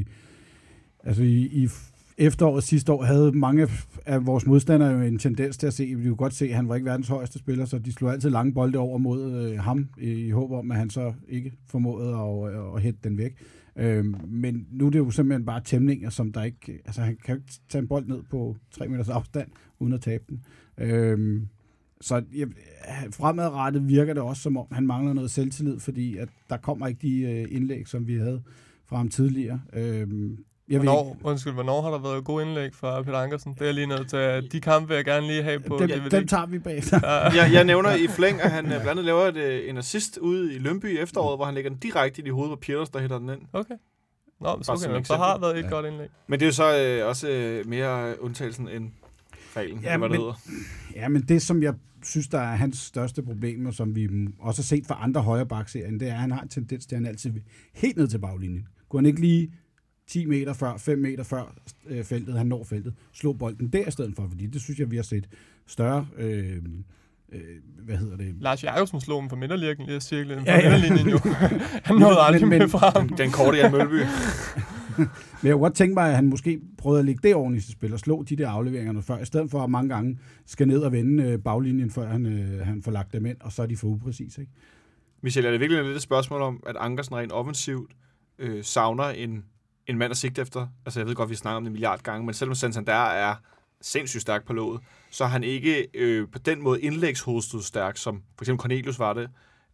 D: Altså i, i efteråret sidste år havde mange af vores modstandere jo en tendens til at se, vi kunne godt se, at han var ikke verdens højeste spiller, så de slog altid lange bolde over mod øh, ham, i, i håb om, at han så ikke formåede at, at, at hætte den væk. Øh, men nu er det jo simpelthen bare tæmninger, som der ikke... Altså han kan jo ikke tage en bold ned på tre meters afstand, uden at tabe den. Øh, så ja, fremadrettet virker det også, som om han mangler noget selvtillid, fordi at der kommer ikke de øh, indlæg, som vi havde fra ham tidligere. Øh, Jeg
C: hvornår, undskyld, hvornår har der været gode indlæg fra Peter Ankersen? Det er lige nødt til. De kampe vil jeg gerne lige have på
D: dem,
C: D V D.
D: Dem tager vi bagefter.
B: jeg, jeg nævner i flæng, at han blandt andet laver et, en assist ude i Lønby i efteråret, hvor han lægger den direkte i hovedet på Pieters, der hætter den ind.
C: Okay. Nå, så, okay, så har været et ja. godt indlæg.
B: Men det er jo så øh, også øh, mere undtagelsen end reglen,
D: ja,
B: hvad det
D: men,
B: hedder.
D: Ja, men det, som jeg synes, der er hans største problem, og som vi også har set fra andre højreback-serien, det er, at han har en tendens til, at han altid vil helt ned til baglinjen. Kunne han ikke lige ti meter før, fem meter før øh, feltet, han når feltet, slå bolden der i stedet for, fordi det synes jeg, vi har set større, øh, øh, hvad hedder det?
C: Lars Jacobsen slog ham fra midterlinjen, lige cirklen
D: ja,
C: fra ja. midterlinjen jo. Han nåede aldrig
D: men,
C: med fra ham.
B: Den korte Jan Mølby.
D: Men jeg kunne godt tænke mig, at han måske prøvede at lægge det ordentligt til spil og slå de der afleveringer før, i stedet for at mange gange skal ned og vende øh, baglinjen, før han, øh, han får lagt dem ind, og så er de for upræcise, ikke?
B: Michel, er det virkelig lidt et spørgsmål om, at Ankersen rent offensivt øh, savner en en mand at sigte efter? Altså, jeg ved godt, vi snakker om det en milliard gange, men selvom Santander er sindssygt stærk på låget, så er han ikke øh, på den måde indlægshostet stærk, som for eksempel Cornelius var det.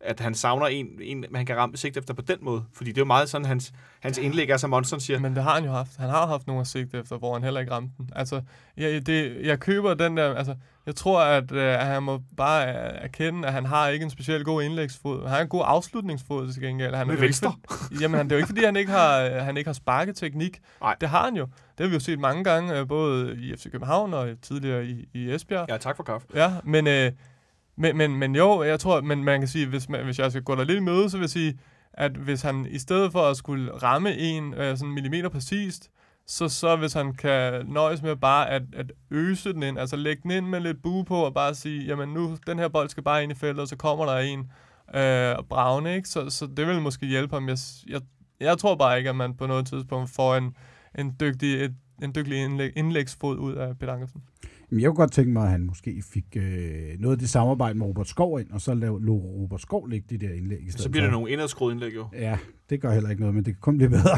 B: at han savner en, en han kan ramme sigt efter på den måde. Fordi det er jo meget sådan, hans, hans indlæg er, som Monson siger.
C: Men det har han jo haft. Han har haft nogle at sigte efter, hvor han heller ikke ramte den. Altså, jeg, det, jeg køber den der... Altså, jeg tror, at, øh, at han må bare erkende, at han har ikke en specielt god indlægsfod. Han har en god afslutningsfod til gengæld. Han
B: Med
C: er
B: venstre?
C: For, jamen, det er jo ikke, fordi han ikke har, han ikke har sparketeknik.
B: Nej.
C: Det har han jo. Det har vi jo set mange gange, både i F C København og tidligere i, i Esbjerg.
B: Ja, tak for kaffe.
C: Ja, men, øh, men, men, men jo, jeg tror, men man kan sige, hvis, man, hvis jeg skal gå der lidt i møde, så vil jeg sige, at hvis han i stedet for at skulle ramme en øh, sådan millimeter præcist, så, så hvis han kan nøjes med bare at, at øse den ind, altså lægge den ind med lidt bue på, og bare sige, jamen nu, den her bold skal bare ind i feltet, og så kommer der en øh, og Braune, ikke? Så, så det vil måske hjælpe ham. Jeg, jeg, jeg tror bare ikke, at man på noget tidspunkt får en, en dygtig, et, en dygtig indlæg, indlægsfod ud af Peter Ankersen.
D: Jeg kunne godt tænke mig, at han måske fik øh, noget af det samarbejde med Robert Skov ind, og så lå Robert Skov lægge de der indlæg i stedet.
B: Så bliver det nogle indadskruede indlæg, jo.
D: Ja, det gør heller ikke noget, men det kan kun blive bedre.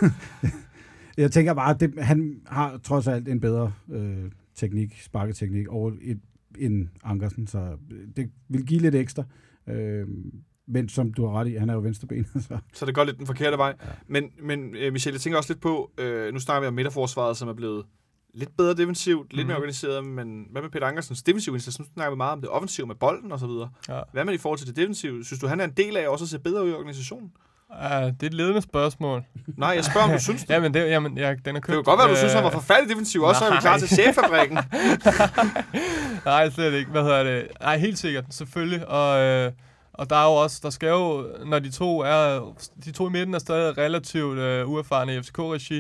D: Jeg tænker bare, at det, han har trods alt en bedre øh, teknik, sparketeknik over et, end Ankersen, så det vil give lidt ekstra. Øh, men som du har ret i, han er jo venstrebenet. Så,
B: så det går lidt den forkerte vej.
D: Ja.
B: Men, men øh, Michel, jeg tænker også lidt på, øh, nu snakker vi om midterforsvaret, som er blevet lidt bedre defensivt, lidt mm. mere organiseret, men hvad med Peter Ankersens defensiv indsats? Nu snakker vi meget om det offensive med bolden og så videre. Ja. Hvad med i forhold til det defensive? Synes du, han er en del af også at se bedre ud i organisationen?
C: Uh, det er et ledende spørgsmål.
B: Nej, jeg spørger, om du synes det.
C: Jamen, det, jamen, ja, den er købt.
B: Det kan godt være, du øh... synes, han var forfærdelig defensiv, også så er vi klar til cheffabrikken.
C: Nej, slet ikke. Hvad hedder det? Nej, helt sikkert, selvfølgelig. Og, øh, og der er jo også, der skal jo, når de to er, de to i midten er stadig relativt øh, uerfarne i F C K-regi,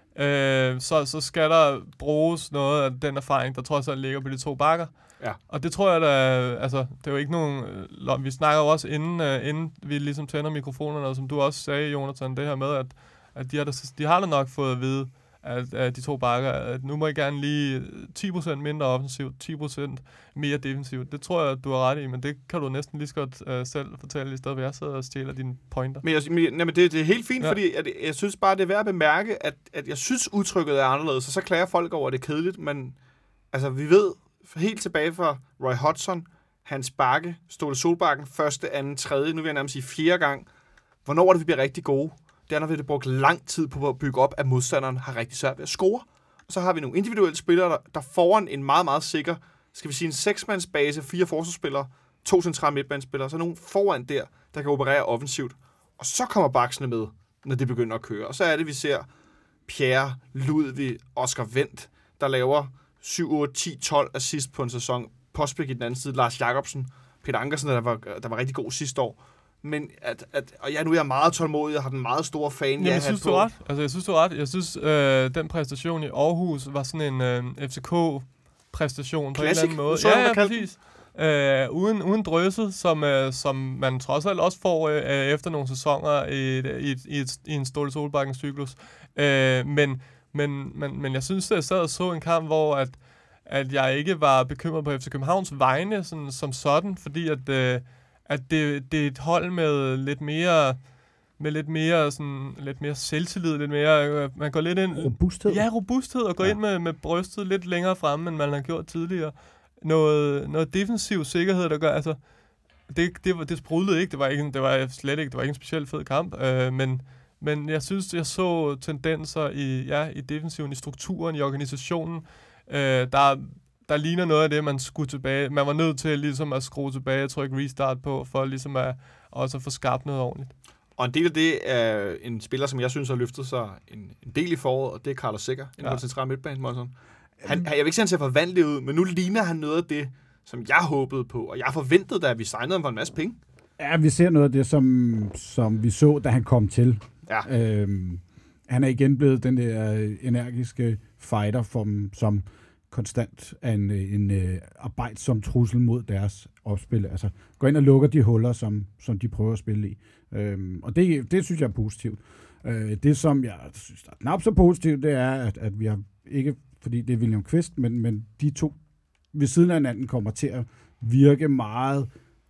C: øh, så, så skal der bruges noget af den erfaring, der trods alt ligger på de to bakker.
B: Ja.
C: Og det tror jeg, der, altså, det er jo ikke nogen, vi snakker jo også inden, uh, inden vi ligesom tænder mikrofonerne, og som du også sagde, Jonathan, det her med, at, at de, har da, de har da nok fået at vide, at, at de to bakker, at nu må I gerne lige ti procent mindre offensivt, ti procent mere defensivt. Det tror jeg, du har ret i, men det kan du næsten lige så godt uh, selv fortælle, i stedet for jeg sidder og stjæler dine pointer.
B: Men, jeg, men, jamen det, det er helt fint, ja. Fordi at, jeg synes bare, det er værd at bemærke, at, at jeg synes, udtrykket er anderledes, så så klager folk over, at det er kedeligt, men altså, vi ved helt tilbage fra Roy Hodgson, Hans Bakke, Ståle Solbakken, første, anden, tredje, nu vil jeg nærmest sige fjerde gang. Hvornår er det, vi bliver rigtig gode? Det er, når vi har brugt lang tid på at bygge op, at modstanderen har rigtig svært ved at score. Og så har vi nogle individuelle spillere, der, der foran en meget, meget sikker, skal vi sige en seksmandsbase, fire forsvarsspillere, to centrale midtbanespillere, så nogle foran der, der kan operere offensivt. Og så kommer baksene med, når det begynder at køre. Og så er det, vi ser Pierre, Ludvig, Oscar Wendt, der laver syv, otte, ti, tolv assist på en sæson. Postbæk i den anden side, Lars Jacobsen, Peter Ankersen, der var, der var rigtig god sidste år. Men at, at, og ja, nu er jeg meget tålmodig, jeg har den meget store fan.
C: Jamen, jeg synes, du er ret. Altså, jeg synes, du er ret. Jeg synes, øh, den præstation i Aarhus var sådan en øh, F C K-præstation på
B: Classic.
C: En eller anden måde.
B: Så
C: ja, ja, præcis. Øh, uden, uden drøsset, som, øh, som man trods alt også får øh, efter nogle sæsoner i, i, i, i, i en Ståle Solbakken-cyklus. Øh, men, men, men, men jeg synes, at jeg sad og så en kamp, hvor at, at jeg ikke var bekymret på F C Københavns vegne sådan, som sådan, fordi at, øh, at det, det er et hold med lidt mere med lidt mere sådan lidt mere selvtillid, lidt mere øh, man går lidt ind
D: robusthed.
C: Ja, robusthed og går ja. ind med med brystet lidt længere fremme, end man har gjort tidligere. Noget noget defensiv sikkerhed, der gør altså det det var det sprudlede ikke, det var ikke det var slet ikke, det var ikke en specielt fed kamp, øh, men men jeg synes jeg så tendenser i ja, i defensiven, i strukturen, i organisationen. Øh, der der ligner noget af det, man skulle tilbage. Man var nødt til ligesom at skrue tilbage og trykke restart på, for ligesom at også at få skabt noget ordentligt.
B: Og en del af det er en spiller, som jeg synes har løftet sig en, en del i foråret, og det er Carlos Sikker, inden ja. på central midtbane. Han, han, jeg vil ikke sige, at han ser forvandlet ud, men nu ligner han noget af det, som jeg håbede på, og jeg forventede, da vi signede ham for en masse penge.
D: Ja, vi ser noget af det, som, som vi så, da han kom til.
B: Ja.
D: Øhm, han er igen blevet den der energiske fighter, from, som konstant er en, en, en arbejdsom trussel mod deres opspil. Altså, går ind og lukker de huller, som, som de prøver at spille i. Øhm, og det, det synes jeg er positivt. Øh, det, som jeg synes er knap så positivt, det er, at, at vi har ikke, fordi det er William Kvist, men, men de to ved siden af hinanden kommer til at virke meget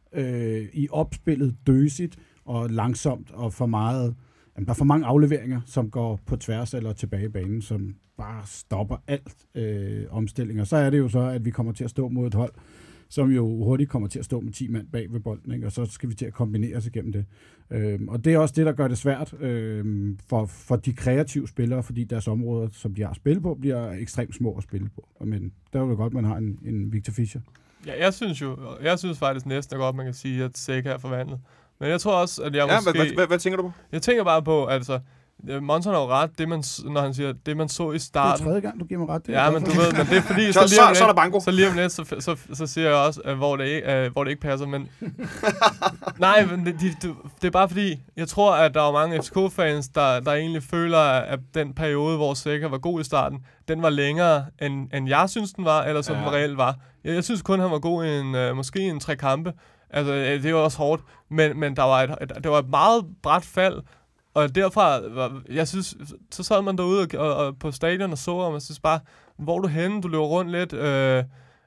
D: øh, i opspillet døsigt og langsomt, og for meget, jamen, der er for mange afleveringer, som går på tværs eller tilbage i banen, som bare stopper alt øh, omstillinger. Så er det jo så, at vi kommer til at stå mod et hold, som jo hurtigt kommer til at stå med ti mand bag ved bolden, ikke? Og så skal vi til at kombinere os igennem det. Øhm, og det er også det, der gør det svært øhm, for, for de kreative spillere, fordi deres områder, som de har spillet på, bliver ekstremt små at spille på. Men der er jo godt, man har en, en Victor Fischer.
C: Ja, jeg synes jo, jeg synes faktisk næsten godt, man kan sige, at Zeca er forvandlet. Men jeg tror også, at jeg
B: ja,
C: måske...
B: Hvad, hvad, hvad tænker du på?
C: Jeg tænker bare på, altså... Monson har jo ret, det man, når han siger, det man så i starten...
D: Det er tredje gang, du giver mig ret. Det
C: ja, men du ved, men det er fordi...
B: så,
C: så,
B: så,
C: lidt,
B: så er der banko.
C: Så lige om lidt, så, så, så, så siger jeg også, uh, hvor, det ikke, uh, hvor det ikke passer, men... Nej, men det, det, det er bare fordi, jeg tror, at der er mange F C K-fans, der, der egentlig føler, at den periode, hvor Zeca var god i starten, den var længere, end, end jeg synes, den var, eller som ja. den reelt var. Jeg, jeg synes kun, han var god i en, uh, måske en tre kampe. Altså, det var også hårdt, men, men der var et, et, det var et meget bræt fald. Og derfra, jeg synes, så sad man derude og, og på stadion og så, og man synes bare, hvor er du henne? Du løber rundt lidt. Øh,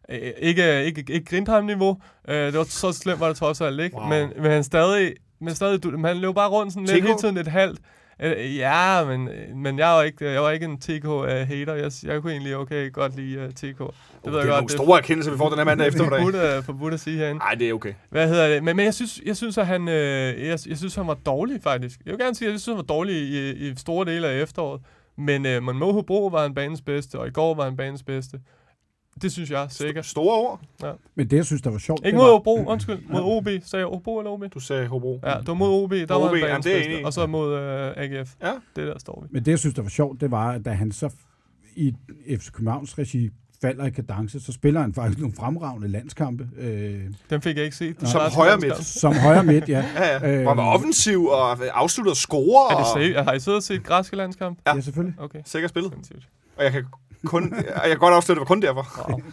C: ikke, ikke, ikke Grindheim-niveau. Øh, det var så slemt, var det trods alt ikke. Wow. Men, men han stadig, men stadig, du, man løber bare rundt sådan lidt hele tiden et halvt. Øh, ja, men, men jeg var ikke, jeg var ikke en T K-hater. Jeg, jeg kunne egentlig okay godt lide uh, T K. Det,
B: oh,
C: ved
B: det
C: jeg
B: er
C: godt,
B: nogle store erkendelser, vi får den her mandag eftermiddag.
C: Det er forbudt at sige herinde.
B: Nej, det er okay.
C: Hvad hedder det? Men, men jeg synes, jeg synes, at han, øh, jeg, jeg synes, han var dårlig, faktisk. Jeg vil gerne sige, at jeg synes, han var dårlig i, i store dele af efteråret. Men øh, Monmo Hobro var en banens bedste, og i går var en banens bedste. Det synes jeg sikkert.
B: Store ord.
D: Ja. Men det, jeg synes, der var sjovt...
C: Ikke mod Hobro, undskyld. Mod O B. Sagde jeg Hobro eller O B?
B: Du sagde Hobro.
C: Ja, det var mod O B. Der var
B: O B,
C: en banens
B: ja,
C: bedste. Og så mod øh, A G F.
B: Ja.
C: Det der står vi.
D: Men det, jeg synes, der var sjovt, det var, at da han så i F C Københavns regi falder i kadence, så spiller han faktisk nogle fremragende landskampe. Øh,
C: Den fik jeg ikke set.
B: Som højre midt.
D: Som højre midt, ja.
B: ja, ja. Hvor var offensiv og afsluttet score.
C: Er det seriøst? Har I siddet og set græske landskamp?
D: Ja, ja selvfølgelig.
C: Okay.
B: Sikkert spillet. Og jeg kan kun, jeg kan godt afsløre, det var kun derfor.
D: Wow.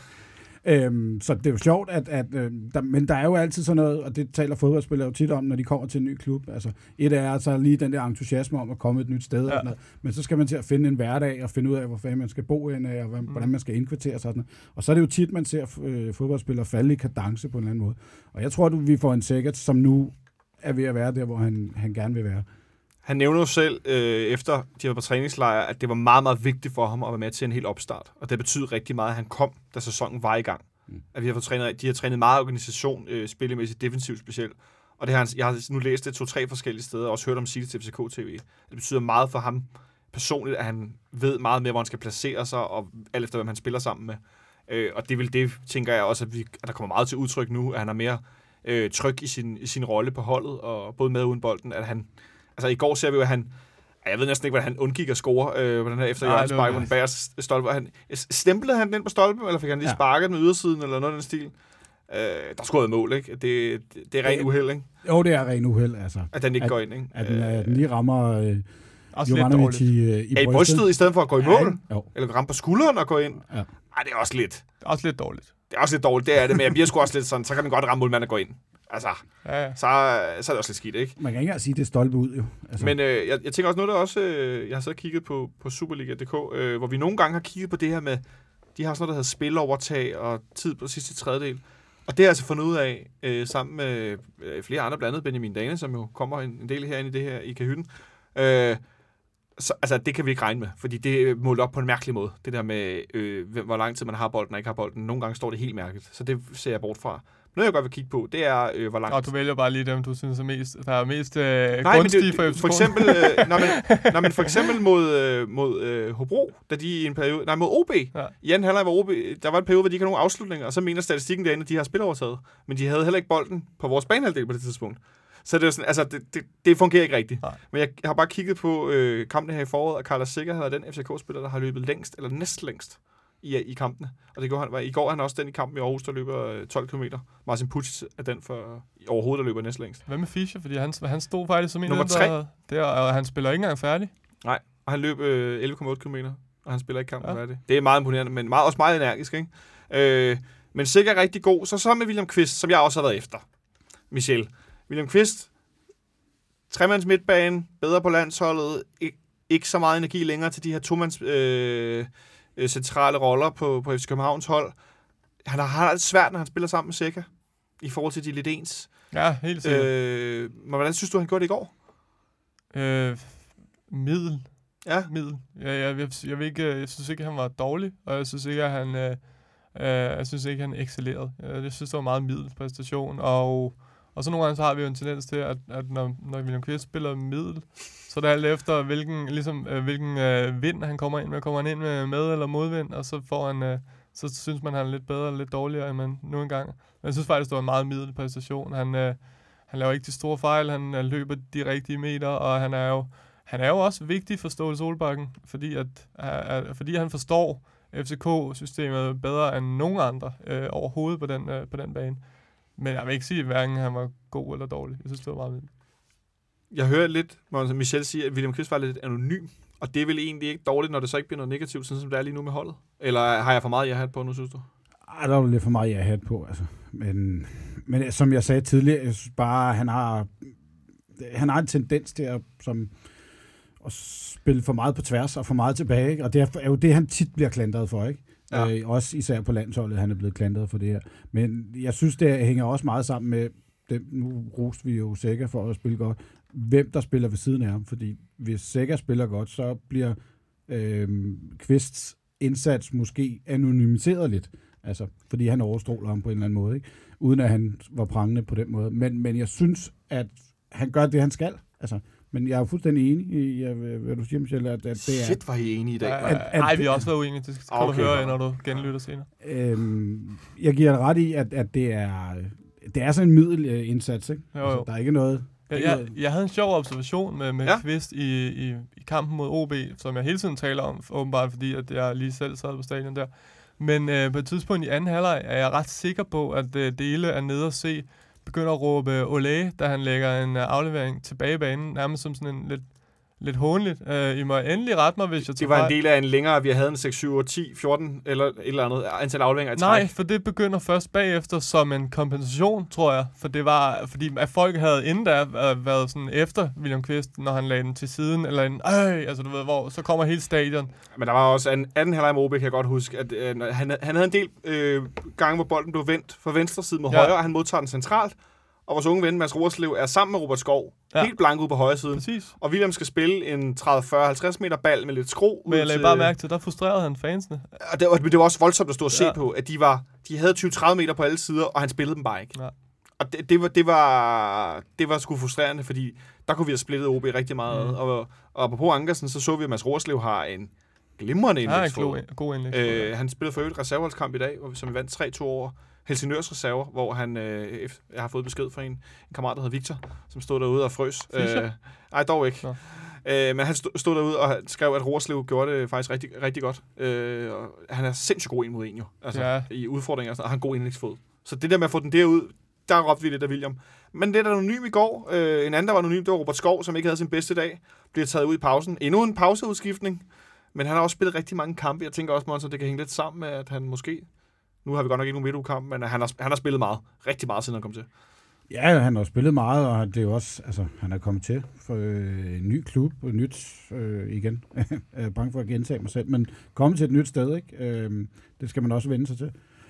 D: Øhm, så det er jo sjovt, at, at øh, der, men der er jo altid sådan noget, og det taler fodboldspillere jo tit om, når de kommer til en ny klub. Altså, et er altså lige den der entusiasme om at komme et nyt sted, ja. Og sådan noget, men så skal man til at finde en hverdag og finde ud af, hvor fanden man skal bo henne, og hvordan mm. man skal indkvartere sig. Og, og så er det jo tit, man ser øh, fodboldspillere falde i kadence på en eller anden måde. Og jeg tror, at vi får en Zeca, som nu er ved at være der, hvor han, han gerne vil være.
B: Han nævner jo selv, øh, efter de var på træningslejre, at det var meget, meget vigtigt for ham at være med til en hel opstart. Og det betyder rigtig meget, at han kom, da sæsonen var i gang. Mm. At vi har fået trænet, de har trænet meget organisation, øh, spillemæssigt, defensivt specielt. Og det har han, jeg har nu læst det to-tre forskellige steder, og også hørt om sige det til F C K T V. Det betyder meget for ham personligt, at han ved meget mere, hvor han skal placere sig, og alt efter, hvem han spiller sammen med. Øh, og det vil det, tænker jeg også, at, vi, at der kommer meget til udtryk nu, at han er mere øh, tryg i sin, i sin rolle på holdet, og både med og uden bolden, at han... Altså i går ser vi jo, at han... Jeg ved næsten ikke, hvordan han undgik at score øh, på den her efter Jørgens spark på den bagerste stolpe. Han, stemplede han den på stolpe, eller fik han lige ja. sparket den ydersiden, eller noget af den stil? Øh, der scorede mål, ikke? Det, det, det er ren uheld, ikke?
D: Jo, det er ren uheld, altså.
B: At den ikke
D: at,
B: går ind, ikke?
D: At den, at den lige rammer øh,
C: Jovanovic
D: i, øh, i
B: ja, i brystet, i stedet for at gå i mål.
D: Ja,
B: eller ramme på skulderen og gå ind.
D: Ja.
B: Ej, det er også lidt...
C: Det er også lidt dårligt.
B: Det er også lidt dårligt, det er det, men jeg bliver sgu også lidt sådan, så kan den godt ramme målmanden og gå ind. Altså, ja, ja. Så, så er det også lidt skidt, ikke?
D: Man kan ikke engang sige, at det er stolpe ud, jo.
B: Altså. Men øh, jeg, jeg tænker også noget, der også... Øh, jeg har så kigget på, på Superliga punktum d k, øh, hvor vi nogle gange har kigget på det her med... De har sådan noget, der hedder spilovertag og tid på sidste tredjedel. Og det har jeg altså fundet ud af, øh, sammen med øh, flere andre, blandt andet Benjamin Dane, som jo kommer en, en del herinde i det her i Kahytten. Øh, så, altså, det kan vi ikke regne med, fordi det er målt op på en mærkelig måde. Det der med, øh, hvor lang tid man har bolden og ikke har bolden. Nogle gange står det helt mærkeligt, så det ser jeg bort fra. Noget, jeg godt vil kigge på, det er, øh, hvor langt...
C: Og du vælger bare lige dem, du synes er mest, der er mest øh, gunstige for F C K.
B: For eksempel, øh, når, man, når man for eksempel mod, øh, mod øh, Hobro, da de i en periode... Nej, mod O B. Ja. I anden halvleg var O B... Der var en periode, hvor de ikke har nogen afslutninger, og så mener statistikken derinde, at de har spilovertaget. Men de havde heller ikke bolden på vores banehalvdel på det tidspunkt. Så det er sådan, altså, det, det, det fungerer ikke rigtigt. Nej. Men jeg har bare kigget på øh, kampene her i foråret, og Carlos Zeca havde den F C K-spiller, der har løbet længst, eller næstlængst i, i kampene. Og det går han, var, i går han også den i kampen i Aarhus, der løber tolv kilometer. Marcin Putic er den for overhovedet, der løber næstlængst.
C: Hvad med Fischer? Fordi han, han stod faktisk som en
B: nummer tre. Der,
C: der, og han spiller ikke engang færdig.
B: Nej, og han løb øh, elleve komma otte kilometer, og han spiller ikke kampen ja. færdig. Det er meget imponerende, men meget, også meget energisk, ikke? Øh, men sikkert rigtig god. Så sammen med William Kvist, som jeg også har været efter. Michel. William Kvist, tremands midtbane, bedre på landsholdet, ikke, ikke så meget energi længere til de her tomands øh, øh, centrale roller på, på F C Københavns hold. Han har, har det svært, når han spiller sammen med Zeca, i forhold til de lidt ens.
C: Ja, helt sikkert.
B: Øh, men hvordan synes du, han gjorde det i går?
C: Øh, middel.
B: Ja.
C: Middel. Jeg, jeg, jeg, jeg, vil ikke, jeg synes ikke, han var dårlig, og jeg synes ikke, at han... Øh, Uh, jeg synes ikke, han excellerede. Uh, jeg synes, det var meget middel præstation, og, og så nogle gange så har vi jo en tendens til, at, at når, når William Kvist spiller middel, så er det alt efter, hvilken, ligesom, uh, hvilken uh, vind han kommer ind med. Kommer han ind med med- eller modvind, og så får han... Uh, så synes man, han er lidt bedre eller lidt dårligere, end man nu engang. Men jeg synes faktisk, det var en meget middel præstation. Han, øh, han laver ikke de store fejl, han øh, løber de rigtige meter, og han er jo, han er jo også vigtig for Ståle Solbakken, fordi, at, øh, fordi han forstår F C K-systemet bedre end nogen andre øh, overhovedet på den, øh, på den bane. Men jeg vil ikke sige, at hverken han var god eller dårlig. Jeg synes, det var meget middel.
B: Jeg hører lidt, hvor Michel siger, at William Kvist var lidt anonym, og det er vel egentlig ikke dårligt, når det så ikke bliver noget negativt, sådan som det er lige nu med holdet? Eller har jeg for meget ja-hat på nu, synes du?
D: Ej, der er jo lidt for meget ja-hat på, altså. Men, men som jeg sagde tidligere, jeg synes bare, han har, han har en tendens til at, som, at spille for meget på tværs og for meget tilbage, ikke? Og det er, er jo det, han tit bliver klandret for, ikke? Ja. Øh, også især på landsholdet, han er blevet klandret for det her. Men jeg synes, det hænger også meget sammen med, det, nu roste vi jo Sækker for at spille godt, hvem der spiller ved siden af ham, fordi hvis Sækker spiller godt, så bliver øh, Kvists indsats måske anonymiseret lidt, altså, fordi han overstråler ham på en eller anden måde, ikke? Uden at han var prangende på den måde. Men, men jeg synes, at han gør det, han skal, altså. Men jeg er fuldstændig enig i, hvad du siger, Michel, at, at det er...
B: Shit, var I enige i dag?
C: Nej, vi har også været uenige. Det skal okay, du høre, når du genlytter senere.
D: Øhm, jeg giver dig ret i, at, at det er det er sådan en middelindsats, ikke?
C: Jo, jo.
D: Altså, der er ikke noget...
C: Jeg, jeg, jeg havde en sjov observation med, med ja. Kvist i, i, i kampen mod O B, som jeg hele tiden taler om, åbenbart fordi at jeg lige selv sad på stadion der. Men øh, på et tidspunkt i anden halvleg er jeg ret sikker på, at øh, Dele er nede og se, begynder at råbe Olé, da han lægger en uh, aflevering tilbage i banen, nærmest som sådan en lidt, lidt hånligt. Uh, I må endelig rette mig, hvis jeg
B: tager Det var fejl. En del af en længere, vi havde en seks, syv, otte, ti, fjorten eller et eller andet antal afleveringer i træk.
C: Nej, for det begynder først bagefter som en kompensation, tror jeg. For det var, fordi at folk havde inden da uh, været sådan efter William Kvist, når han lagde den til siden, eller en, øh, altså du ved, hvor så kommer hele stadion.
B: Men der var også en anden halvleg med O B, kan jeg godt huske, at øh, han, han havde en del øh, gange, hvor bolden blev vendt fra venstre side mod ja. højre, og han modtager den centralt. Og vores unge ven, Mads Roerslev, er sammen med Robert Skov, ja. helt blank ude på højre siden.
C: Præcis.
B: Og William skal spille en tredive, fyrre, halvtreds meter bal med lidt skro.
C: Men jeg lagde bare mærke til, der frustrerede han fansene.
B: Og det, og det var også voldsomt at stå og se ja. på, at de, var, de havde tyve til tredive meter på alle sider, og han spillede dem bare ikke. Ja. Og det, det, var, det, var, det var sgu frustrerende, fordi der kunne vi have splittet O B rigtig meget. Mm. Og, og på Ankersen, så så vi, at Mads Roerslev har en glimrende indlægsfod.
C: Ja, en god indlægsfod.
B: Øh, han spillede for øvrigt reserveholdskamp i dag, som vi vandt tre to over Helsingørs reserver, hvor han, øh, jeg har fået besked fra en, en kammerat, der hedder Victor, som stod derude og frøs. Øh, nej, dog ikke. Øh, men han stod, stod derude og skrev, at Roerslev gjorde det faktisk rigtig, rigtig godt. Øh, og han er sindssygt god en mod en, jo. Altså, ja. I udfordringer, og har en god indlægsfod. Så det der med at få den derud, der råbte vi lidt af William. Men det der var anonym i går, øh, en anden, der var anonym, det var Robert Skov, som ikke havde sin bedste dag, bliver taget ud i pausen. Endnu en pauseudskiftning, men han har også spillet rigtig mange kampe. Jeg tænker også, Monsen, det kan hænge lidt sammen med, at han måske... Nu har vi godt nok ikke nogen midtugkamp, men han har, han har spillet meget. Rigtig meget, siden han kom til.
D: Ja, han har spillet meget, og det er også, altså, han er kommet til for øh, en ny klub, og nyt øh, igen. Jeg er bange for at gentage mig selv, men kommet til et nyt sted, ikke? Øh, det skal man også vende sig til.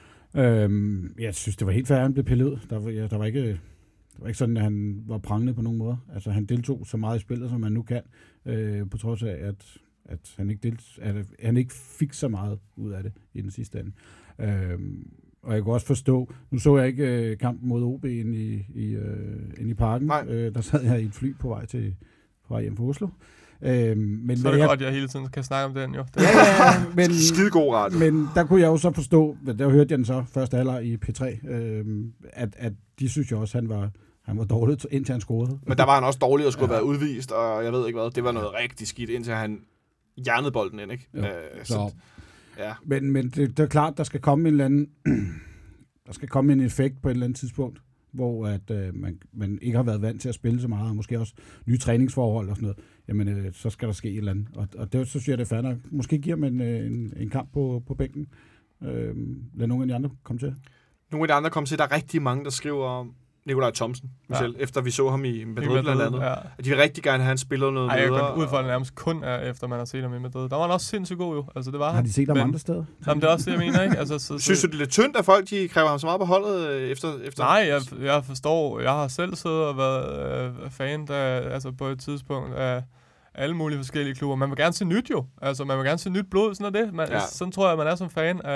D: Øh, jeg synes, det var helt fair, han blev pillet ud. Der var, ja, der var ikke... Det var ikke sådan, at han var prangende på nogen måde. Altså, han deltog så meget i spillet, som han nu kan, øh, på trods af, at, at, han ikke delt, at han ikke fik så meget ud af det i den sidste ende. Øh, og jeg kan også forstå, nu så jeg ikke øh, kampen mod O B inde i, i, øh, inde i parken. Øh, der sad jeg i et fly på vej til på vej hjem fra Oslo. Øh, men
C: så er det jeg, godt, at jeg hele tiden kan snakke om den, jo. Det
D: ja, ja, men,
B: skidegod radio.
D: Men der kunne jeg jo så forstå, der hørte jeg den så første halvleg i P tre, øh, at, at de synes jo også, han var Han var dårlig, indtil han scorede.
B: Men der var han også dårlig og skulle ja. være udvist, og jeg ved ikke hvad. Det var noget rigtig skidt, indtil han hjernede bolden ind, ikke?
D: Jo,
B: øh, så,
D: så,
B: ja.
D: Men, men det, det er klart, der skal komme en eller anden, der skal komme en effekt på et eller andet tidspunkt, hvor at, øh, man, man ikke har været vant til at spille så meget, og måske også nye træningsforhold og sådan noget. Jamen, øh, så skal der ske et eller andet. Og, og det, så synes jeg, det er fair nok. Måske giver man øh, en, en kamp på, på bænken. Øh, lad nogle af de andre komme til.
B: Nogle af de andre komme til. Der er rigtig mange, der skriver om Nikolaj Thomsen, ja. efter vi så ham i Madrid blandt andet. Ja. De vil rigtig gerne have, han spiller noget
C: Ej,
B: bedre.
C: Jeg kan ud fra, at det nærmest kun er, efter man har set ham i Madrid. Der var han også sindssygt god, jo. Altså, det var
D: har de set ham andre steder?
C: Jamen, det er også det, jeg mener, ikke? Altså, så,
B: Synes du, det er lidt tyndt, at folk de kræver ham så meget på holdet efter... efter?
C: Nej, jeg, jeg forstår. Jeg har selv siddet og været øh, fan der, altså, på et tidspunkt af alle mulige forskellige klubber. Man vil gerne se nyt, jo. Altså, man vil gerne se nyt blod, sådan er det. Man, ja. Sådan tror jeg, man er som fan af,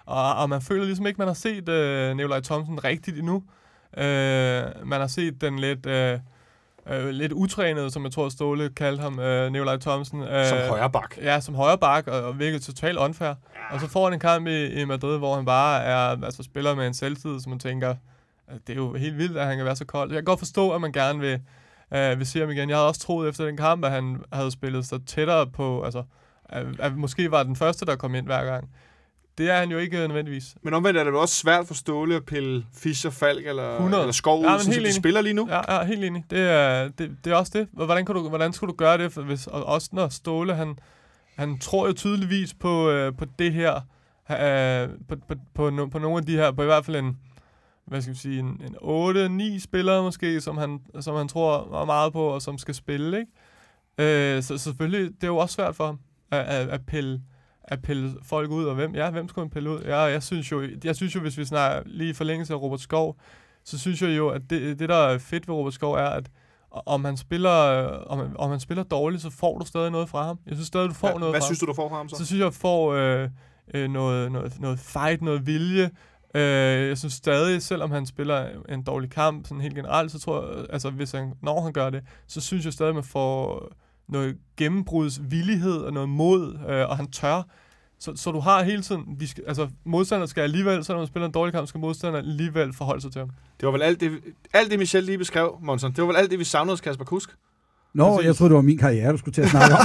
C: Og, og man føler ligesom ikke, man har set øh, Nikolaj Thomsen rigtigt endnu. Øh, man har set den lidt... Øh, Øh, lidt utrænet, som jeg tror Ståle kaldte ham, øh, Nikolaj Thomsen. Øh,
B: som højre bak.
C: Ja, som højre bak, og, og virkelig totalt unfair. Ja. Og så får han en kamp i, i Madrid, hvor han bare er, altså spiller med en selvtid, som man tænker, det er jo helt vildt, at han kan være så kold. Jeg kan godt forstå, at man gerne vil, øh, vil se ham igen. Jeg havde også troet efter den kamp, at han havde spillet sig tættere på, altså, at, at måske var den første, der kom ind hver gang. Det er han jo ikke nødvendigvis.
B: Men omvendt er det jo også svært for Ståle at pille Fischer, Falk eller, eller Skov ud,
C: ja,
B: som de spiller lige nu.
C: Ja, ja, helt enig. Det er, det, det er også det. Hvordan, kan du, hvordan skulle du gøre det? For hvis, og også når Ståle, han, han tror jo tydeligvis på, øh, på det her, øh, på, på, på, no, på nogle af de her, på i hvert fald en, hvad skal vi sige, en, en otte ni spillere måske, som han, som han tror meget på, og som skal spille, ikke? Øh, så, så selvfølgelig, det er jo også svært for ham at, at, at pille at pille folk ud, og hvem, ja, hvem skulle man pille ud? Ja, jeg synes jo, jeg synes jo, hvis vi snakker lige i forlængelse af Robert Skov, så synes jeg jo, at det, det der er fedt ved Robert Skov, er, at om han spiller, om, om han spiller dårligt, så får du stadig noget fra ham. Jeg synes stadig, du får
B: ja,
C: noget
B: hvad
C: fra
B: synes
C: ham.
B: du, du får fra ham så?
C: Så synes jeg, at får øh, øh, noget, noget, noget fight, noget vilje. Øh, jeg synes stadig, selvom han spiller en dårlig kamp, sådan helt generelt, så tror jeg, altså hvis han, når han gør det, så synes jeg stadig, at man får noget gennembrudsvillighed og noget mod, øh, og han tør. Så, så du har hele tiden, de skal, altså modstander skal alligevel, selvom man spiller en dårlig kamp, skal modstander alligevel forholde sig til ham.
B: Det var vel alt det, alt det Michel lige beskrev, Monson. Det var vel alt det, vi savnede hos Kasper Kusk.
D: Nå, Præcis. Jeg troede, det var min karriere, du skulle til at snakke om.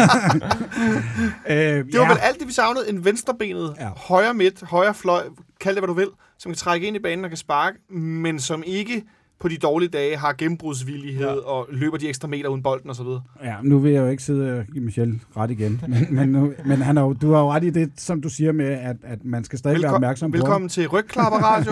D: øh,
B: det var ja. vel alt det, vi savnede. En venstrebenet, ja. højre midt, højre fløj, kald det, hvad du vil, som kan trække ind i banen og kan sparke, men som ikke på de dårlige dage har gennembrudsvillighed ja. og løber de ekstra meter uden bolden og så videre.
D: Ja, nu vil jeg jo ikke sidde og give Michel ret igen, men, men, nu, men han er jo, du har jo ret i det, som du siger med, at, at man skal stadig Velkom- være opmærksom på
B: Velkommen til Rygklapper Radio.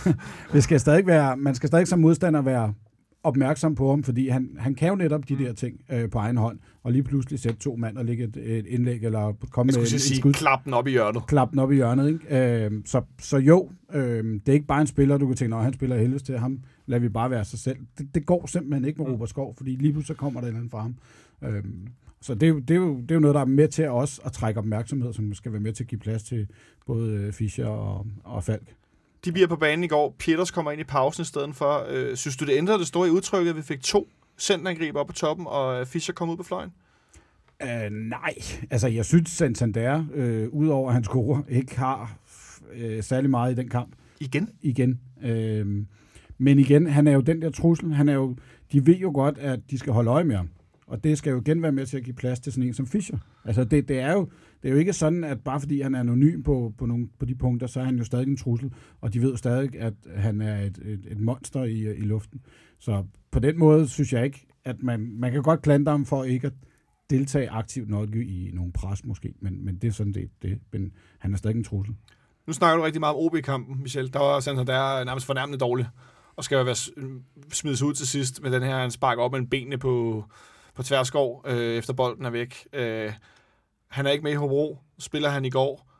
D: det skal stadig være, man skal stadig som modstander være opmærksom på ham, fordi han, han kan jo netop de der ting øh, på egen hånd, og lige pludselig sætte to mand og lægge et, et indlæg, eller komme med et, et
B: sige, klap den op i hjørnet.
D: Klap den op i hjørnet, ikke? Øh, så, så jo, øh, det er ikke bare en spiller, du kan tænke, at han spiller helvedes til ham, lader vi bare være sig selv. Det, det går simpelthen ikke med Robert Skov, fordi lige pludselig kommer der et eller andet fra ham. Øh, så det er, jo, det, er jo, det er jo noget, der er med til også at trække opmærksomhed, som skal være med til at give plads til både Fischer og, og Falk.
B: De bliver på banen i går. Pieters kommer ind i pausen i stedet for. Øh, synes du, det ændrede det store i udtrykket, at vi fik to centerangriber op på toppen, og Fischer kom ud på fløjen?
D: Uh, nej. Altså, jeg synes, Santander, øh, udover at han scorer, ikke har øh, særlig meget i den kamp.
B: Igen?
D: Igen. Øh, men igen, han er jo den der trussel. Han er jo, de ved jo godt, at de skal holde øje med ham. Og det skal jo igen være med til at give plads til sådan en som Fischer. Altså, det, det, er, jo, det er jo ikke sådan, at bare fordi han er anonym på, på, nogle, på de punkter, så er han jo stadig en trussel. Og de ved jo stadig, at han er et, et, et monster i, i luften. Så på den måde synes jeg ikke, at man, man kan godt klandre ham for ikke at deltage aktivt nok i nogle pres måske. Men, men det er sådan det, det. Men han er stadig en trussel.
B: Nu snakker du rigtig meget om O B-kampen, Michel. Der var sådan, at der er nærmest fornærmende dårligt. Og skal jo være smides ud til sidst med den her, han sparker op med benene på... på Tverskov, øh, efter bolden er væk. Øh, han er ikke med i Hobro. Spiller han i går.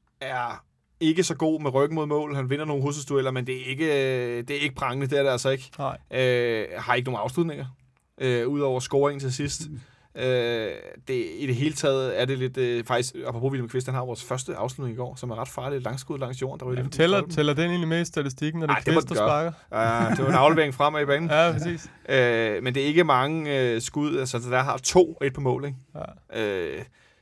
B: Er ikke så god med ryggen mod mål. Han vinder nogle hovedstødstueller, men det er ikke, øh, det er ikke prangende. Det er det altså ikke. Øh, har ikke nogen afslutninger. Øh, Udover scoringen til sidst. Mm. Øh, det, I det hele taget er det lidt... Øh, faktisk, apropos William Kvist, han har vores første afslutning i går, som er ret farligt. Langskud langs jorden. Der
C: ja, tæller, tæller den egentlig med i statistikken, når det er Kvist, der sparker?
B: Ja, det var en aflevering fremad i banen.
C: Ja, præcis.
B: Øh, men det er ikke mange øh, skud. Altså, der har to og et på mål, ikke? Ja. Øh,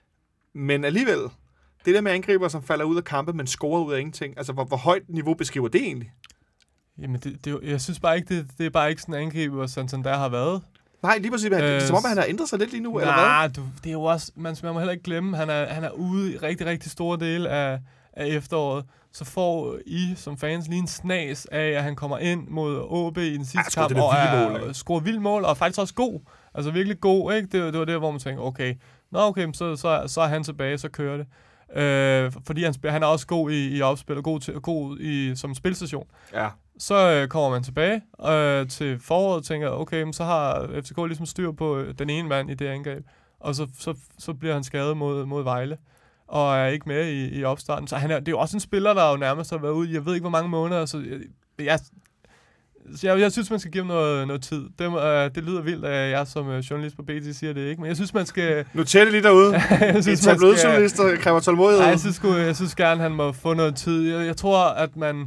B: men alligevel, det der med angriber, som falder ud af kampe, men scorer ud af ingenting. Altså, hvor, hvor højt niveau beskriver det egentlig?
C: Jamen, det, det, jeg synes bare ikke, det, det er bare ikke sådan en angriber, sådan der har været.
B: Nej, lige præcis. Øh, det er som om, han har ændret sig lidt lige nu,
C: nej,
B: eller hvad?
C: Nej, det er jo også... Man, man må heller ikke glemme, han er, han er ude i rigtig, rigtig store dele af, af efteråret. Så får I som fans lige en snas af, at han kommer ind mod O B i den sidste
B: ja,
C: kamp, og er, scorer vildt mål, og er faktisk også god. Altså virkelig god, ikke? Det, det var det, hvor man tænker, okay, nå okay, så, så, så er han tilbage, så kører det. Øh, fordi han, han er også god i, i opspil, og god, til, god i, som spilstation.
B: Ja.
C: Så øh, kommer man tilbage øh, til foråret og tænker, okay, så har F C K ligesom styr på øh, den ene mand i det angreb. Og så, så, så bliver han skadet mod, mod Vejle, og er ikke med i, i opstarten. Så han er, det er jo også en spiller, der jo nærmest har været ude, jeg ved ikke hvor mange måneder, så jeg, jeg Så jeg, jeg synes, man skal give dem noget, noget tid. Det, øh, det lyder vildt, at jeg som øh, journalist på B T siger det ikke, men jeg synes, man skal...
B: Noter det lige derude.
C: jeg synes,
B: en tabloidjournalist, der kræver tålmodighed.
C: Nej, jeg synes, jeg synes gerne, han må få noget tid. Jeg, jeg tror, at man...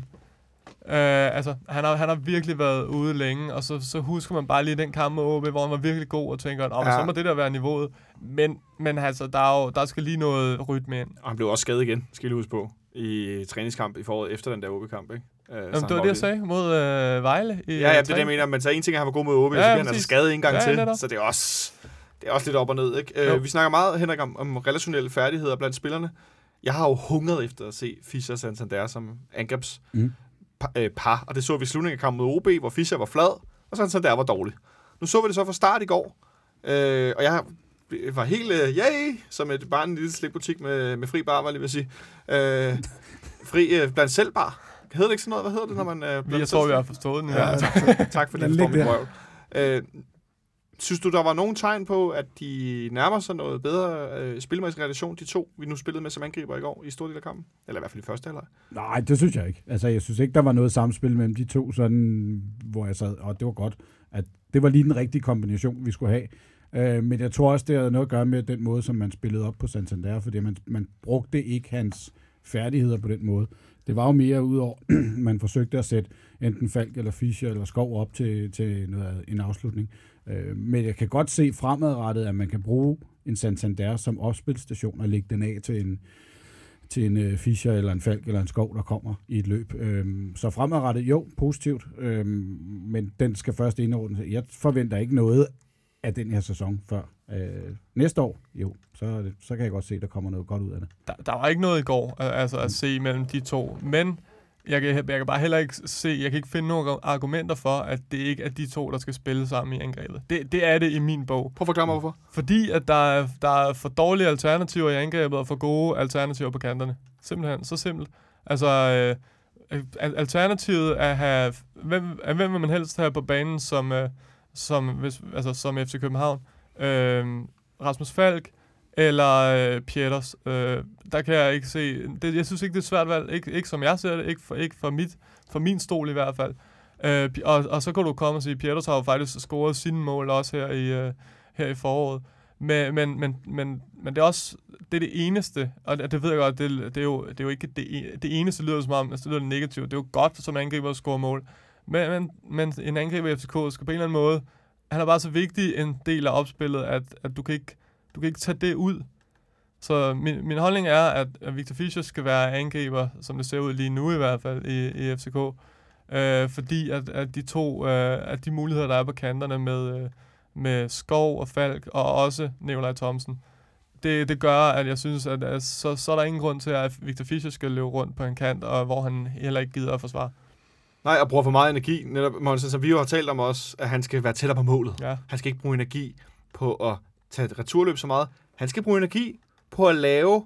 C: Øh, altså, han har, han har virkelig været ude længe, og så, så husker man bare lige den kamp med O B, hvor han var virkelig god, og tænker, oh, ja. så må det der være niveauet. Men, men altså, der, er jo, der skal lige noget rytme ind.
B: Og han blev også skadet igen, skal I huske på, i træningskamp i foråret efter den der O B-kamp, ikke? Uh,
C: Jamen, det var det, jeg sagde mod øh, Vejle. I,
B: ja, ja, det er det, jeg mener. Men så en ting er, at han var god mod O B, ja, så bliver han altså skadet en gang ja, til. Netop. Så det er også... Det er også lidt op og ned, ikke? Uh, vi snakker meget, Henrik, om, om relationelle færdigheder blandt spillerne. Jeg har jo hungret efter at se Fischer og Santander som angrebs mm. par, øh, par, og det så vi i slutningen af kampen mod O B, hvor Fischer var flad, og Santander var dårlig. Nu så vi det så fra start i går, øh, og jeg var helt, øh, yay, som et barn i en lille slikbutik med, med fri bar, var lige vil sige. Øh, fri øh, blandt selv bar. Hedder det ikke sådan noget? Hvad hedder det, når man... Øh,
C: jeg tror, vi har forstået den.
B: Ja, tak, tak for det, forstår min røv. Øh, Synes du, der var nogen tegn på, at de nærmer sig noget bedre øh, spilmæssig relation, de to, vi nu spillede med som angriber i går i store del af kampen? Eller i hvert fald i første halvleg?
D: Nej, det synes jeg ikke. Altså, jeg synes ikke, der var noget samspil mellem de to, sådan, hvor jeg sad, og det var godt, at det var lige den rigtige kombination, vi skulle have. Øh, men jeg tror også, det havde noget at gøre med den måde, som man spillede op på Santander, fordi man, man brugte ikke hans færdigheder på den måde. Det var jo mere udover, man forsøgte at sætte enten Falk eller Fischer eller Skov op til, til noget, en afslutning. Øh, men jeg kan godt se fremadrettet, at man kan bruge en Santander som opspilstation og lægge den af til en, til en uh, Fischer eller en Falk eller en Skov, der kommer i et løb. Øh, så fremadrettet, jo, positivt, øh, men den skal først indordne sig. Jeg forventer ikke noget af den her sæson før øh, næste år. Jo, så, så kan jeg godt se, at der kommer noget godt ud af det.
C: Der, der var ikke noget i går altså at se mellem de to, men jeg kan, jeg kan bare heller ikke se, jeg kan ikke finde nogen argumenter for, at det ikke er de to, der skal spille sammen i angrebet. Det, det er det i min bog.
B: Prøv at forklare mig, hvorfor.
C: Fordi at der er, der er for dårlige alternativer i angrebet og for gode alternativer på kanterne. Simpelthen, så simpelt. Altså, øh, alternativet er at have, hvem, hvem vil man helst have på banen som, øh, som, hvis, altså, som F C København? Øh, Rasmus Falk eller øh, Pieters. Øh, der kan jeg ikke se... Det, jeg synes ikke, det er et svært valg. Ik- ikke som jeg ser det. Ikke for, ikke for, mit, for min stol i hvert fald. Øh, og, og så kan du komme og sige, Pieters har jo faktisk scoret sine mål også her i, øh, her i foråret. Men, men, men, men, men det er også det, er det eneste, og det, det ved jeg godt, det, det, er, jo, det er jo ikke det, det eneste, lyder som om, altså det lyder negativt. Det er jo godt, som angriber at score mål. Men, men, men en angriber i F C K skal på en eller anden måde... Han er bare så vigtig en del af opspillet, at, at du kan ikke Du kan ikke tage det ud. Så min, min holdning er, at, at Victor Fischer skal være angriber, som det ser ud lige nu i hvert fald, i, i F C K. Øh, fordi at, at de to, øh, at de muligheder, der er på kanterne med, øh, med Skov og Falk, og også Nikolaj Thomsen, det, det gør, at jeg synes, at, at så, så er der ingen grund til, at Victor Fischer skal løbe rundt på en kant, og hvor han heller ikke gider at forsvare.
B: Nej, og bruger for meget energi. Netop, Monsen, som vi jo har talt om også, at han skal være tættere på målet.
C: Ja.
B: Han skal ikke bruge energi på at tage et returløb så meget. Han skal bruge energi på at lave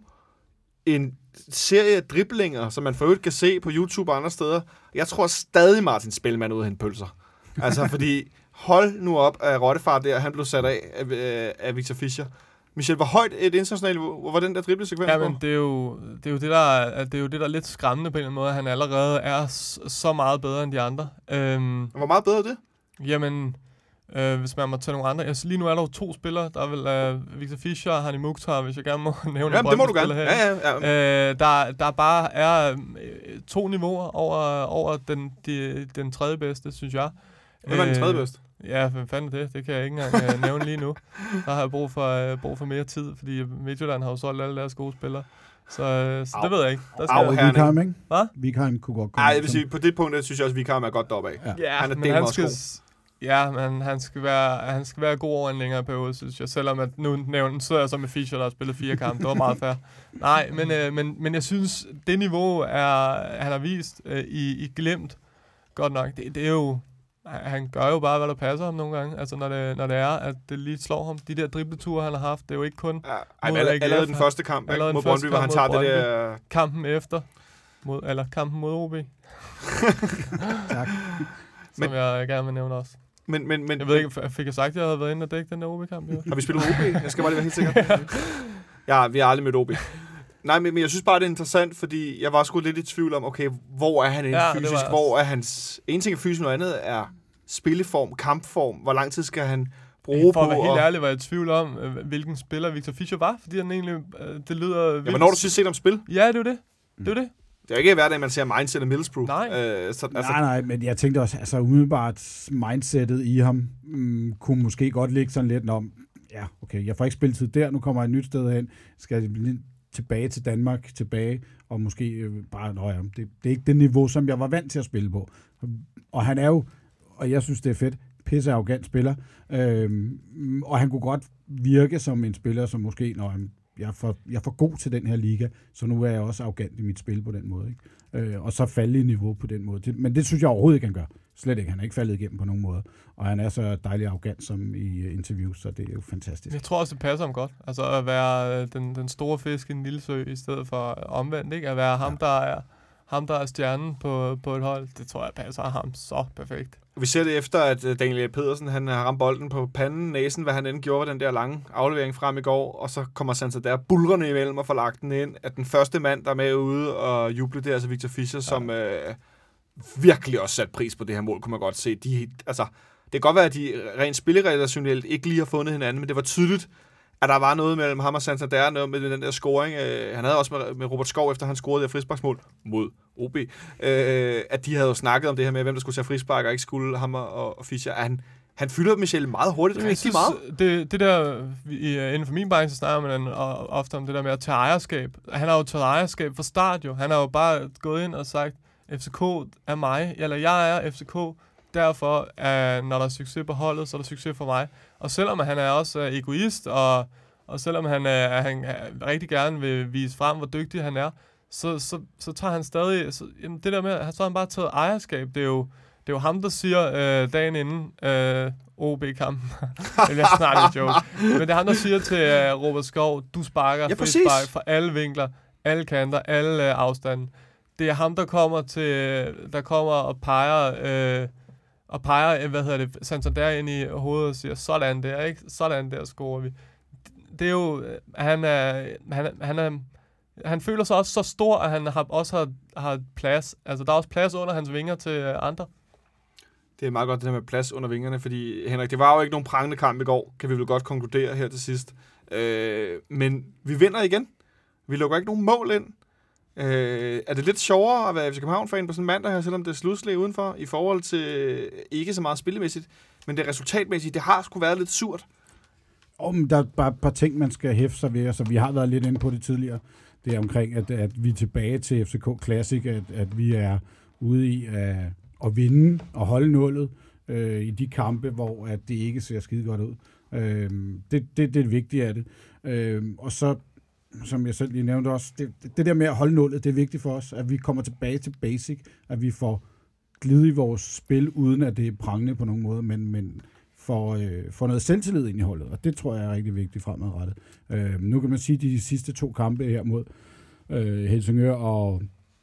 B: en serie af driblinger, som man for øvrigt kan se på YouTube og andre steder. Jeg tror stadig, Martin Spelman ud af hende pølser. Altså, fordi hold nu op af Rottefar der, han blev sat af af, af Victor Fischer. Michel, hvor højt et internationalt niveau var den der driblesekvens?
C: Ja, men det er jo det er jo det der det er jo det der er lidt skræmmende på en eller anden måde, at han allerede er så meget bedre end de andre. Øhm,
B: hvor meget bedre er det?
C: Jamen, øh, hvis man må tage nogle andre. Altså, lige nu er der jo to spillere. Der er vel uh, Victor Fischer og Hani Mukhtar, hvis jeg gerne må nævne.
B: Ja, det må du gerne.
C: Her.
B: Ja, ja,
C: ja. Øh, der, der bare er øh, to niveauer over, over den, de, den tredje bedste, synes jeg.
B: Hvem er den tredje bedste?
C: Ja, hvem fanden er det? Det kan jeg ikke engang uh, nævne lige nu. Der har jeg brug for, uh, brug for mere tid, fordi Midtjylland har jo solgt alle deres gode spillere. Så, uh, så det ved jeg ikke.
D: Der skal Au, Vikheim, ikke? Hvad? Vikheim kunne godt komme.
B: Nej, jeg vil sige, på det punkt, jeg synes jeg også, at Vikheim er godt deroppe af.
C: Ja, ja, han er men han skal, ja, men han skal, være, han skal være god over en længere periode, synes jeg. Selvom at nu nævner, så er jeg så med Fischer, der har spillet fire kampe. Det var meget fair. Nej, men, uh, men, men jeg synes, det niveau, er, han har vist uh, i, i Glimt, godt nok, det, det er jo... Han gør jo bare, hvad der passer ham nogle gange. Altså, når det, når det er, at det lige slår ham. De der dribleture, han har haft, det er jo ikke kun...
B: Ja, ej, allerede, allerede den første kamp ikke? Mod Brøndby, hvor han tager Brøndby. Det der...
C: Kampen efter. Mod, eller kampen mod O B. Tak. Som men, jeg gerne vil nævne også.
B: Men, men, men,
C: jeg ved ikke, fik jeg sagt, at jeg havde været inde og dække den der O B-kamp?
B: Har vi spillet O B? Jeg skal bare lige være helt sikker. Ja, vi har aldrig mødt O B. Nej, men, men jeg synes bare, det er interessant, fordi jeg var sgu lidt i tvivl om, okay, hvor er han inde
C: Ja, det
B: fysisk?
C: var-
B: Hvor er hans... En ting er fysisk, noget andet er spilleform, kampform. Hvor lang tid skal han bruge
C: For at
B: på...
C: være helt
B: og-
C: ærlig, var jeg i tvivl om, øh, hvilken spiller Victor Fischer var, fordi han egentlig, øh, det lyder vildt.
B: Ja, hvornår har du sidst set ham spille?
C: Ja, det er jo det. Det er jo det.
B: Det er jo ikke hver dag, man ser Mainz eller Middlesbrough.
C: Nej.
B: Øh, så, altså,
D: Nej, nej, men jeg tænkte også, altså umiddelbart mindsetet i ham mm, kunne måske godt ligge sådan lidt om, ja, okay, jeg får ikke spilletid der, nu kommer jeg et nyt sted hen, skal jeg blive tilbage til Danmark, tilbage, og måske øh, bare, nå ja, det, det er ikke det niveau, som jeg var vant til at spille på. Og han er jo, og jeg synes, det er fedt, pisse arrogant spiller, øhm, og han kunne godt virke som en spiller, som måske, når han jeg er, for, jeg er for god til den her liga, så nu er jeg også arrogant i mit spil på den måde. Ikke? Øh, og så falde i niveau på den måde. Det, men det synes jeg overhovedet ikke, han gør. Slet ikke. Han er ikke faldet igennem på nogen måde. Og han er så dejlig arrogant som i uh, interviews, så det er jo fantastisk.
C: Jeg tror også, det passer ham godt. Altså at være øh, den, den store fisk i en lille sø, i stedet for omvendt. Ikke? At være ham, ja. der er ham, der er stjernen på, på et hold. Det tror jeg passer ham så perfekt.
B: Vi ser det efter, at Daniel Pedersen han har ramt bolden på panden, næsen, hvad han end gjorde den der lange aflevering frem i går, og så kommer Santander bulrende imellem og får lagt den ind, at den første mand, der er med ude og juble, det er altså Victor Fischer, ja. som øh, virkelig også sat pris på det her mål, kunne man godt se. De, altså, det kan godt være, at de rent spillerelationelt ikke lige har fundet hinanden, men det var tydeligt, at der var noget mellem ham og Santander, noget med den der scoring. Øh, han havde også med, med Robert Skov, efter han scorede det frisparksmål mod O B, øh, at de havde jo snakket om det her med, hvem der skulle tage frispark og ikke skulle, ham og, og Fischer. Han, han fylder Michel meget hurtigt,
C: Jeg
B: rigtig
C: synes,
B: meget.
C: Det, det der, i, inden for min branche, snakker man og, ofte om det der med at tage ejerskab. Han har jo taget ejerskab fra start jo. Han har jo bare gået ind og sagt, F C K er mig, eller jeg er F C K, derfor, er, når der er succes på holdet, så er der succes for mig. Og selvom han er også uh, egoist, og, og selvom han, uh, han uh, rigtig gerne vil vise frem, hvor dygtig han er, så, så, så tager han stadig, så, jamen det der med, så har han bare taget ejerskab. Det er jo, det er jo ham, der siger uh, dagen inden uh, O B-kampen, det er snart en joke, men det er ham, der siger til uh, Robert Skov, du sparker
B: ja,
C: frispark fra alle vinkler, alle kanter, alle uh, afstanden. Det er ham, der kommer til, der kommer og peger, øh, og peger, hvad hedder det, Santander ind i hovedet og siger, sådan der, ikke? Sådan der scorer vi. Det er jo, han er, han, han er, han føler sig også så stor, at han har, også har, har plads. Altså, der er også plads under hans vinger til andre.
B: Det er meget godt, det der med plads under vingerne, fordi, Henrik, det var jo ikke nogen prangende kamp i går, kan vi vel godt konkludere her til sidst. Øh, men vi vinder igen. Vi lukker ikke nogen mål ind. Øh, er det lidt sjovere at være F C København-fan på sådan en mandag her, selvom det er slutslag udenfor, i forhold til ikke så meget spillemæssigt, men det resultatmæssigt, det har sgu været lidt surt.
D: Oh, men der er bare et par ting, man skal hæfte sig ved, så vi har været lidt inde på det tidligere. Det er omkring, at, at vi er tilbage til F C K Classic, at, at vi er ude i at, at vinde og holde nullet øh, i de kampe, hvor at det ikke ser skide godt ud. Øh, det, det, det er det vigtige af det. Øh, og så som jeg selv lige nævnte også, det, det der med at holde nullet, det er vigtigt for os, at vi kommer tilbage til basic, at vi får glidet i vores spil, uden at det er prangende på nogen måde, men, men får, øh, får noget selvtillid ind i holdet, og det tror jeg er rigtig vigtigt fremadrettet. Øh, nu kan man sige, at de sidste to kampe her mod øh, Helsingør og,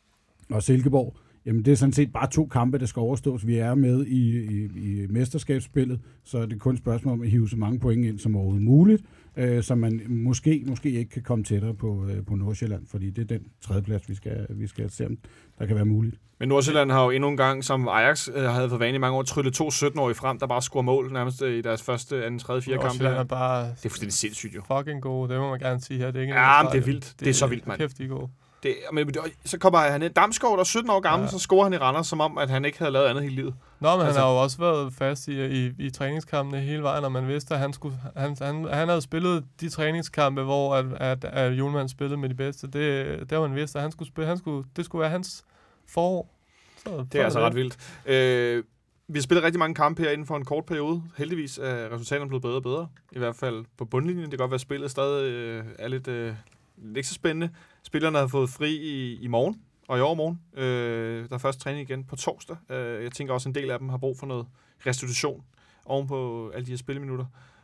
D: og Silkeborg, jamen det er sådan set bare to kampe, der skal overstås. Vi er med i, i, i mesterskabsspillet, så er det kun et spørgsmål om at hive så mange point ind som overhovedet muligt, øh, så man måske, måske ikke kan komme tættere på, øh, på Nordsjælland, fordi det er den tredjeplads, vi skal, vi skal se, om der kan være muligt.
B: Men Nordsjælland har jo endnu en gang, som Ajax øh, havde fået vane i mange år, tryllet to sytten-årige frem, der bare scorer mål nærmest øh, i deres første, anden, tredje, fjerde kamp.
C: Nordsjælland er bare...
B: Det er fuldstændig sindssygt jo.
C: Fucking gode, det må man gerne sige her. Det er ikke
B: ja, men det er vildt. Det, det er så vildt, mand.
C: Kæft, de er gode.
B: Det, men, så kommer han ind. Damsgaard, der er sytten år gammel, ja. Så scorer han i Randers, som om, at han ikke havde lavet andet hele livet.
C: Nå, men
B: altså,
C: han har jo også været fast i, i, i træningskampene hele vejen, og man vidste, at han, skulle, han, han, han havde spillet de træningskampe, hvor at, at, at Hjulmand spillede med de bedste. Det, der var man vidste, at han skulle spille, han skulle, det skulle være hans forår. Så,
B: det er altså det. Ret vildt. Øh, vi har spillet rigtig mange kampe her inden for en kort periode. Heldigvis er resultaterne blevet bedre og bedre. I hvert fald på bundlinjen. Det kan godt være, at spillet stadig øh, er lidt... Øh, ikke så spændende. Spillerne har fået fri i, i morgen, og i overmorgen. Øh, der er først træning igen på torsdag. Øh, jeg tænker også, en del af dem har brug for noget restitution oven på alle de her spilleminutter.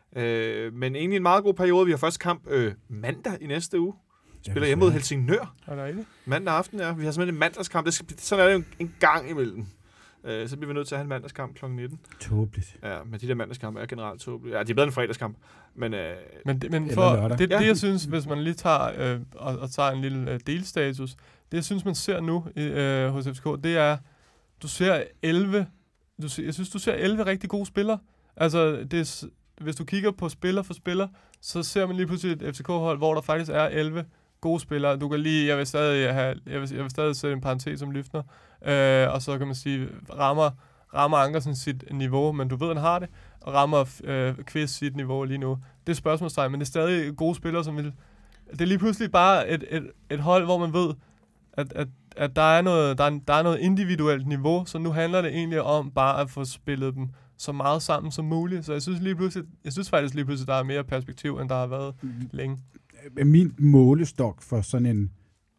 B: Øh, men egentlig en meget god periode. Vi har først kamp øh, mandag i næste uge. Spiller hjemme mod Helsingør.
C: Er det rigtigt?
B: Mandag aften, ja. Vi har simpelthen en mandagskamp. Det skal, sådan er det jo en gang imellem. Øh, så bliver vi nødt til at have en mandagskamp klokken nitten.
D: Tåbeligt.
B: Ja, men de der mandagskampe er generelt tåbelige. Ja, de er bedre end fredagskamp. Men, øh,
C: men, det, men
D: eller
C: for,
D: lørdag.
C: det,
B: Ja.
C: det, jeg synes, hvis man lige tager øh, og, og tager en lille øh, delstatus, det jeg synes, man ser nu i, øh, hos F C K, det er, du ser elleve, du ser, jeg synes, du ser elleve rigtig gode spillere. Altså, det er, hvis du kigger på spiller for spiller, så ser man lige pludselig et F C K-hold, hvor der faktisk er elleve gode spillere. Du kan lige, jeg vil stadig have, jeg vil, jeg vil stadig sætte en parentes som Lyftner, øh, og så kan man sige, rammer, rammer Ankersen sit niveau, men du ved, han har det, og rammer øh, Kvist sit niveau lige nu. Det er spørgsmålstegn, men det er stadig gode spillere, som vil... Det er lige pludselig bare et, et, et hold, hvor man ved, at, at, at der, er noget, der, er, der er noget individuelt niveau, så nu handler det egentlig om bare at få spillet dem så meget sammen som muligt. Så jeg synes lige pludselig, jeg synes faktisk lige pludselig, der er mere perspektiv, end der har været længe.
D: Min målestok for sådan en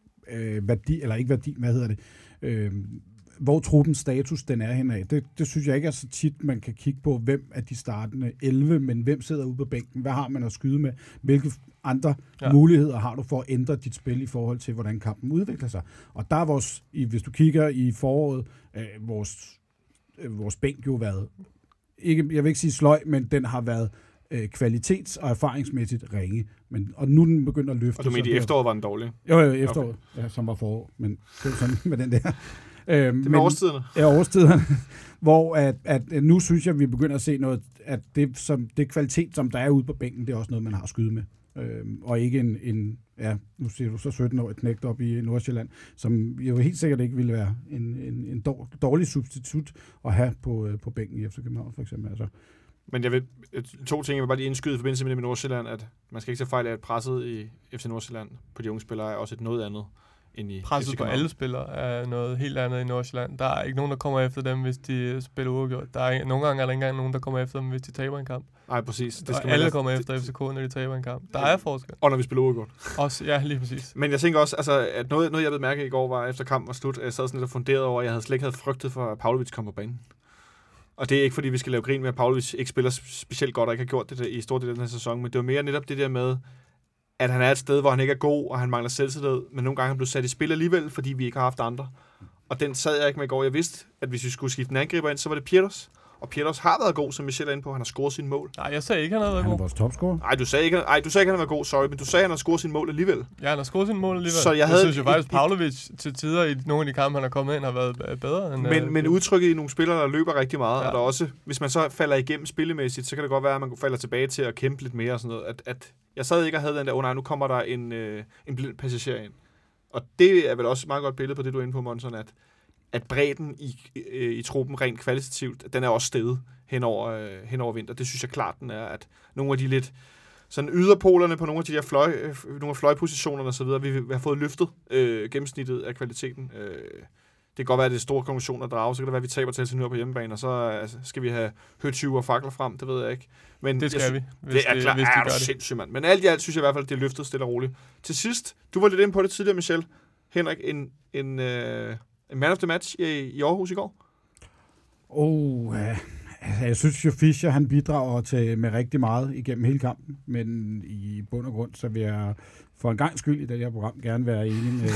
D: øh, værdi, eller ikke værdi, hvad hedder det, øh, hvor truppens status den er henad, det, det synes jeg ikke er så tit, man kan kigge på, hvem er de startende elleve, men hvem sidder ude på bænken, hvad har man at skyde med, hvilke andre ja. muligheder har du for at ændre dit spil i forhold til, hvordan kampen udvikler sig. Og der er vores, i, hvis du kigger i foråret, øh, vores, øh, vores bænk jo været, ikke, jeg vil ikke sige sløj, men den har været øh, kvalitets- og erfaringsmæssigt ringe. Men, og nu er den begyndt at løfte.
B: Og du mener, i efteråret var den dårlig?
D: Jo, jo, efteråret, okay. Ja, som var forår, men det var sådan med den der. Øhm,
B: det er med årstiderne.
D: Ja, årstiderne. Hvor at, at, at nu synes jeg, at vi begynder at se noget, at det, som, det kvalitet, som der er ude på bænken, det er også noget, man har at skyde med. Øhm, og ikke en, en, ja, nu siger du så sytten-årig knægt op i Nordsjælland, som jo helt sikkert ikke ville være en, en, en dårlig substitut at have på, på bænken i F C København, for eksempel. Altså.
B: Men jeg vil, to ting, jeg vil bare lige indskyde i forbindelse med det med Nordsjælland, at man skal ikke tage fejl af, at presset i F C Nordsjælland på de unge spillere er også et noget andet end i
C: presset på alle spillere er noget helt andet i Nordsjælland. Der er ikke nogen, der kommer efter dem, hvis de spiller uafgjort. Der er nogle gange er der ikke engang nogen, der kommer efter dem, hvis de taber en kamp.
B: Nej, præcis.
C: Det skal alle kommer efter F C K, når de taber en kamp. Der er forskel.
B: Og når vi spiller uafgjort.
C: Også, ja, lige præcis.
B: Men jeg tænker også, altså, at noget, noget jeg ved mærke i går var, efter kampen var slut, jeg sad sådan lidt og funderede over, at jeg havde slet ikke havde frygtet for, at Pavlovic kom på banen. Og det er ikke, fordi vi skal lave grin med, at Pavlovic ikke spiller specielt godt, og ikke har gjort det der, i stor del af den her sæson, men det var mere netop det der med, at han er et sted, hvor han ikke er god, og han mangler selvtillid, men nogle gange er han blevet sat i spil alligevel, fordi vi ikke har haft andre. Og den sad jeg ikke med i går. Jeg vidste, at hvis vi skulle skifte en angriber ind, så var det Pieters. Og Pieters har været god, som Michel er inde på. Han har scoret sine mål.
C: Nej, jeg sagde ikke, han har været god.
D: Han er vores topscorer.
B: Nej, du sagde ikke, nej, du sagde ikke, han har været god, sorry, men du sagde, han har scoret sine mål alligevel.
C: Ja, han har scoret sine mål alligevel.
B: Så jeg,
C: jeg
B: havde
C: synes jo faktisk,
B: et,
C: Pavlovic til tider i nogle af de kampe, han har kommet ind, har været bedre. End,
B: men,
C: øh,
B: men udtrykket i nogle spillere, der løber rigtig meget,
C: ja.
B: og der også, hvis man så falder igennem spillemæssigt, så kan det godt være, at man falder tilbage til at kæmpe lidt mere og sådan noget. At, at jeg sad ikke og havde den der, åh oh, nej, nu kommer der en, øh, en blind passager ind. Og det er vel også et meget godt billede på det, du er inde på, Monson, at at bredden i, øh, i truppen rent kvalitativt, den er også steget hen over, øh, hen over vinter. Det synes jeg klart, den er, at nogle af de lidt sådan yderpolerne på nogle af de der fløj, øh, nogle af fløjpositionerne og så videre, vi, vi har fået løftet øh, gennemsnittet af kvaliteten. Øh, det kan godt være, at det er store konklusioner at drage, så kan det være, at vi taber til Helsingør på hjemmebane, og så altså, skal vi have høtyve og fakler frem, det ved jeg ikke. Men
C: det skal
B: jeg,
C: vi, hvis
B: det er
C: det,
B: klart,
C: hvis de
B: er
C: gør
B: du
C: det.
B: sindssygt, mand. Men alt i alt synes jeg i hvert fald, at det er løftet stille og roligt. Til sidst, du var lidt inde på det tidligere, Michel. Henrik, en, en, øh, en man of the match i, i Aarhus i går?
D: Oh, ja. Altså, jeg synes jo, Fischer han bidrager til, med rigtig meget igennem hele kampen, men i bund og grund, så vil jeg for en gang skyld i det her program gerne være enig med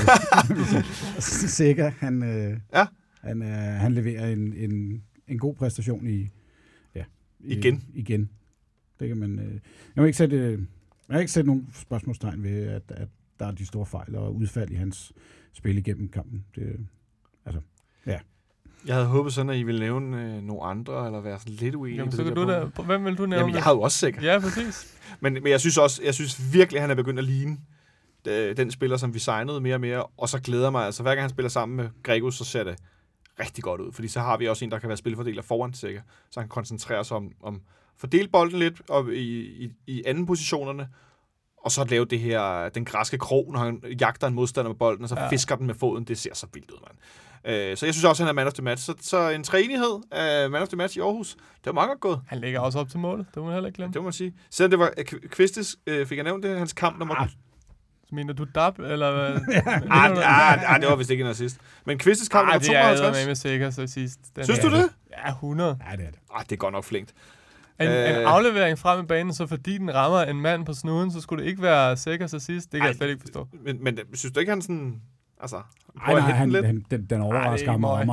D: Sikker. Han, øh, ja. han, øh, han leverer en, en, en god præstation i, ja, i
B: igen.
D: igen. Det kan man, øh, jeg har ikke sætte, jeg har ikke sætte nogen spørgsmålstegn ved, at, at der er de store fejl og udfald i hans spil igennem kampen. Det, altså, ja.
B: Jeg havde håbet sådan, at I ville nævne øh, nogle andre, eller være sådan lidt uenige.
C: Jamen, så kan du da, hvem vil du nævne?
B: Jamen, jeg havde jo også sikkert.
C: Ja, præcis.
B: men, men jeg synes også, jeg synes virkelig, at han er begyndt at ligne øh, den spiller, som vi signede mere og mere, og så glæder mig, altså hver gang han spiller sammen med Gregus, så ser det rigtig godt ud, fordi så har vi også en, der kan være spilfordeler foran sikker, så han kan koncentrere sig om, om fordele bolden lidt op i, i, i anden positionerne, og så lave det her, den græske krog, når han jagter en modstander med bolden, og så ja. fisker den med foden. Det ser så vildt ud, mand. Øh, så jeg synes også, at han er man of the match. Så, så en træenighed af man of the match i Aarhus, det var meget godt gået.
C: Han ligger også op til målet, det må man heller ikke glemme.
B: Det må man sige. Selvom det var Kvistes, øh, fik jeg nævnt det, hans kamp nummer...
C: Ah. Mener du dab, eller hvad?
B: ah, ah, ah, det var vist ikke en assist. Men Kvistes kamp nummer tooghalvtreds.
C: Ah, det er med sikker så sidst.
B: Den synes du det?
C: Ja, hundrede.
D: Ja, det er det.
B: Ah, det er godt nok flinkt.
C: En, øh, en aflevering frem i banen, så fordi den rammer en mand på snuden, så skulle det ikke være sikker så sidst. Det kan ej, jeg slet ikke forstå.
B: Men, men synes du ikke, han sådan... Altså,
D: ej, nej, han, han, den, den overrasker mig om ham.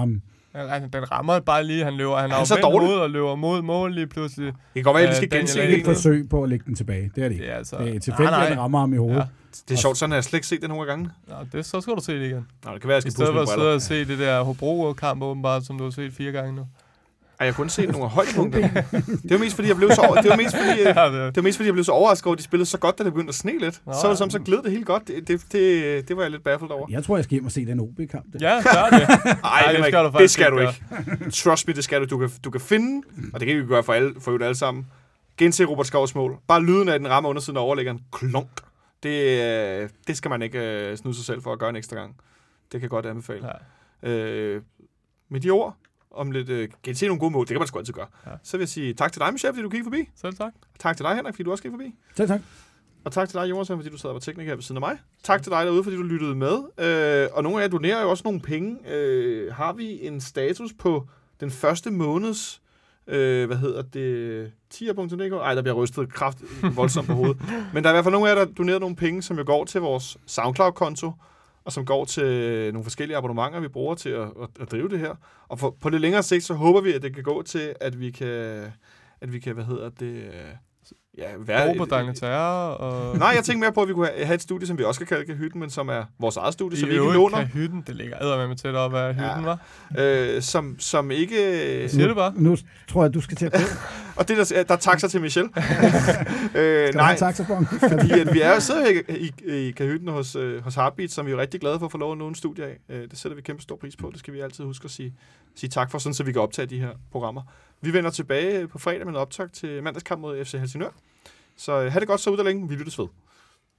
C: Altså, den rammer bare lige, han løber. Han
B: Er
C: har
B: han så
C: jo vendt
B: dårlig?
C: hovedet og løber mod mål lige pludselig.
B: Det kan godt være, at vi
C: Øh,
B: skal
C: Daniel
B: gense
C: Allen.
D: Et
B: det.
D: forsøg på at lægge den tilbage. Det er det ikke.
C: Det er altså...
D: Det er tilfældigt,
C: Nej,
D: at den
C: nej.
D: rammer ham i hovedet.
C: Ja.
B: Det er sjovt, sådan har jeg slet ikke set det nogle gange.
C: Nå, det, så skal du se det igen.
B: Nå, det kan være, at jeg
C: I
B: skal
C: stedet
B: pusse
C: for
B: mine
C: at sidde
B: briller.
C: og se det der Hobro-kamp åbenbart, som du har set fire gange nu.
B: Ej, jeg har kun set nogle af højdepunkter. Det var mest fordi, jeg blev så, over... det var mest fordi, jeg...
C: Ja, det,
B: det var mest fordi, jeg blev så overrasket over, at de spillede så godt, da det begyndte at sne lidt.
C: Nå,
B: så var det
C: ja.
B: som, så gled det helt godt. Det, det, det, det var jeg lidt bafflet over.
D: Jeg tror, jeg skal hjem og se den O B-kamp. Der.
C: ja, gør det.
B: Ej,
C: det
B: det,
C: skal du
B: det
C: faktisk
B: skal du
C: ikke
B: ikke. Trust me, det skal du. Du kan, du kan finde, og det kan vi gøre for alle, for alle sammen, gense Robert Skovs mål. Bare lyden af, den rammer undersiden og overlægger en klunk. Det, øh, det skal man ikke uh, snyde sig selv for at gøre en ekstra gang. Det kan jeg godt anbefale.
C: Ja.
B: Øh, med de ord, om lidt uh, gense nogle gode mål, det kan man sgu altid gøre.
C: Ja.
B: Så vil jeg sige tak til dig, Michel, fordi du kiggede forbi.
C: Selv tak.
B: Tak til dig, Henrik, fordi du også gik forbi.
D: Selv tak.
B: Og tak til dig, Jonas, fordi du sad og var tekniker her ved siden af mig. Tak til dig derude, fordi du lyttede med. Øh, og nogle af jer donerer jo også nogle penge. Øh, har vi en status på den første måneds, øh, hvad hedder det, tier punktum d k? Ej, der bliver rystet kraft voldsomt på hovedet. Men der er i hvert fald nogle af jer, der donerer nogle penge, som jo går til vores SoundCloud-konto, og som går til nogle forskellige abonnementer, vi bruger til at, at, at drive det her. Og for, på det længere sigt, så håber vi, at det kan gå til, at vi kan, at vi kan hvad hedder det... Ja,
C: Hvor på D'Angleterre og...
B: Nej, jeg tænker mere på, at vi kunne have et studie, som vi også kan kalde Kahytten, men som er vores eget studie, som
C: I
B: vi ikke
C: øvrigt
B: låner.
C: Kahytten, det ligger eddermame tæt op af hytten,
B: Ja.
C: var.
B: Øh, som, som ikke...
C: Siger det bare.
D: Nu tror jeg, du skal til at prøve.
B: Og det der, der er taxa til Michel. øh,
D: Skal
B: nej,
D: du taxabon?
B: fordi at vi er jo sidder i, i, i Kahytten hos, øh, hos Heartbeat, som vi er rigtig glade for at få lov at låne en studie af. Øh, det sætter vi kæmpe stor pris på. Det skal vi altid huske at sige, sige tak for, sådan så vi kan optage de her programmer. Vi vender tilbage på fredag med en optag til mandagskamp mod F C Helsingør. Så øh, have det godt så ud og længe. Vi lyttes ved.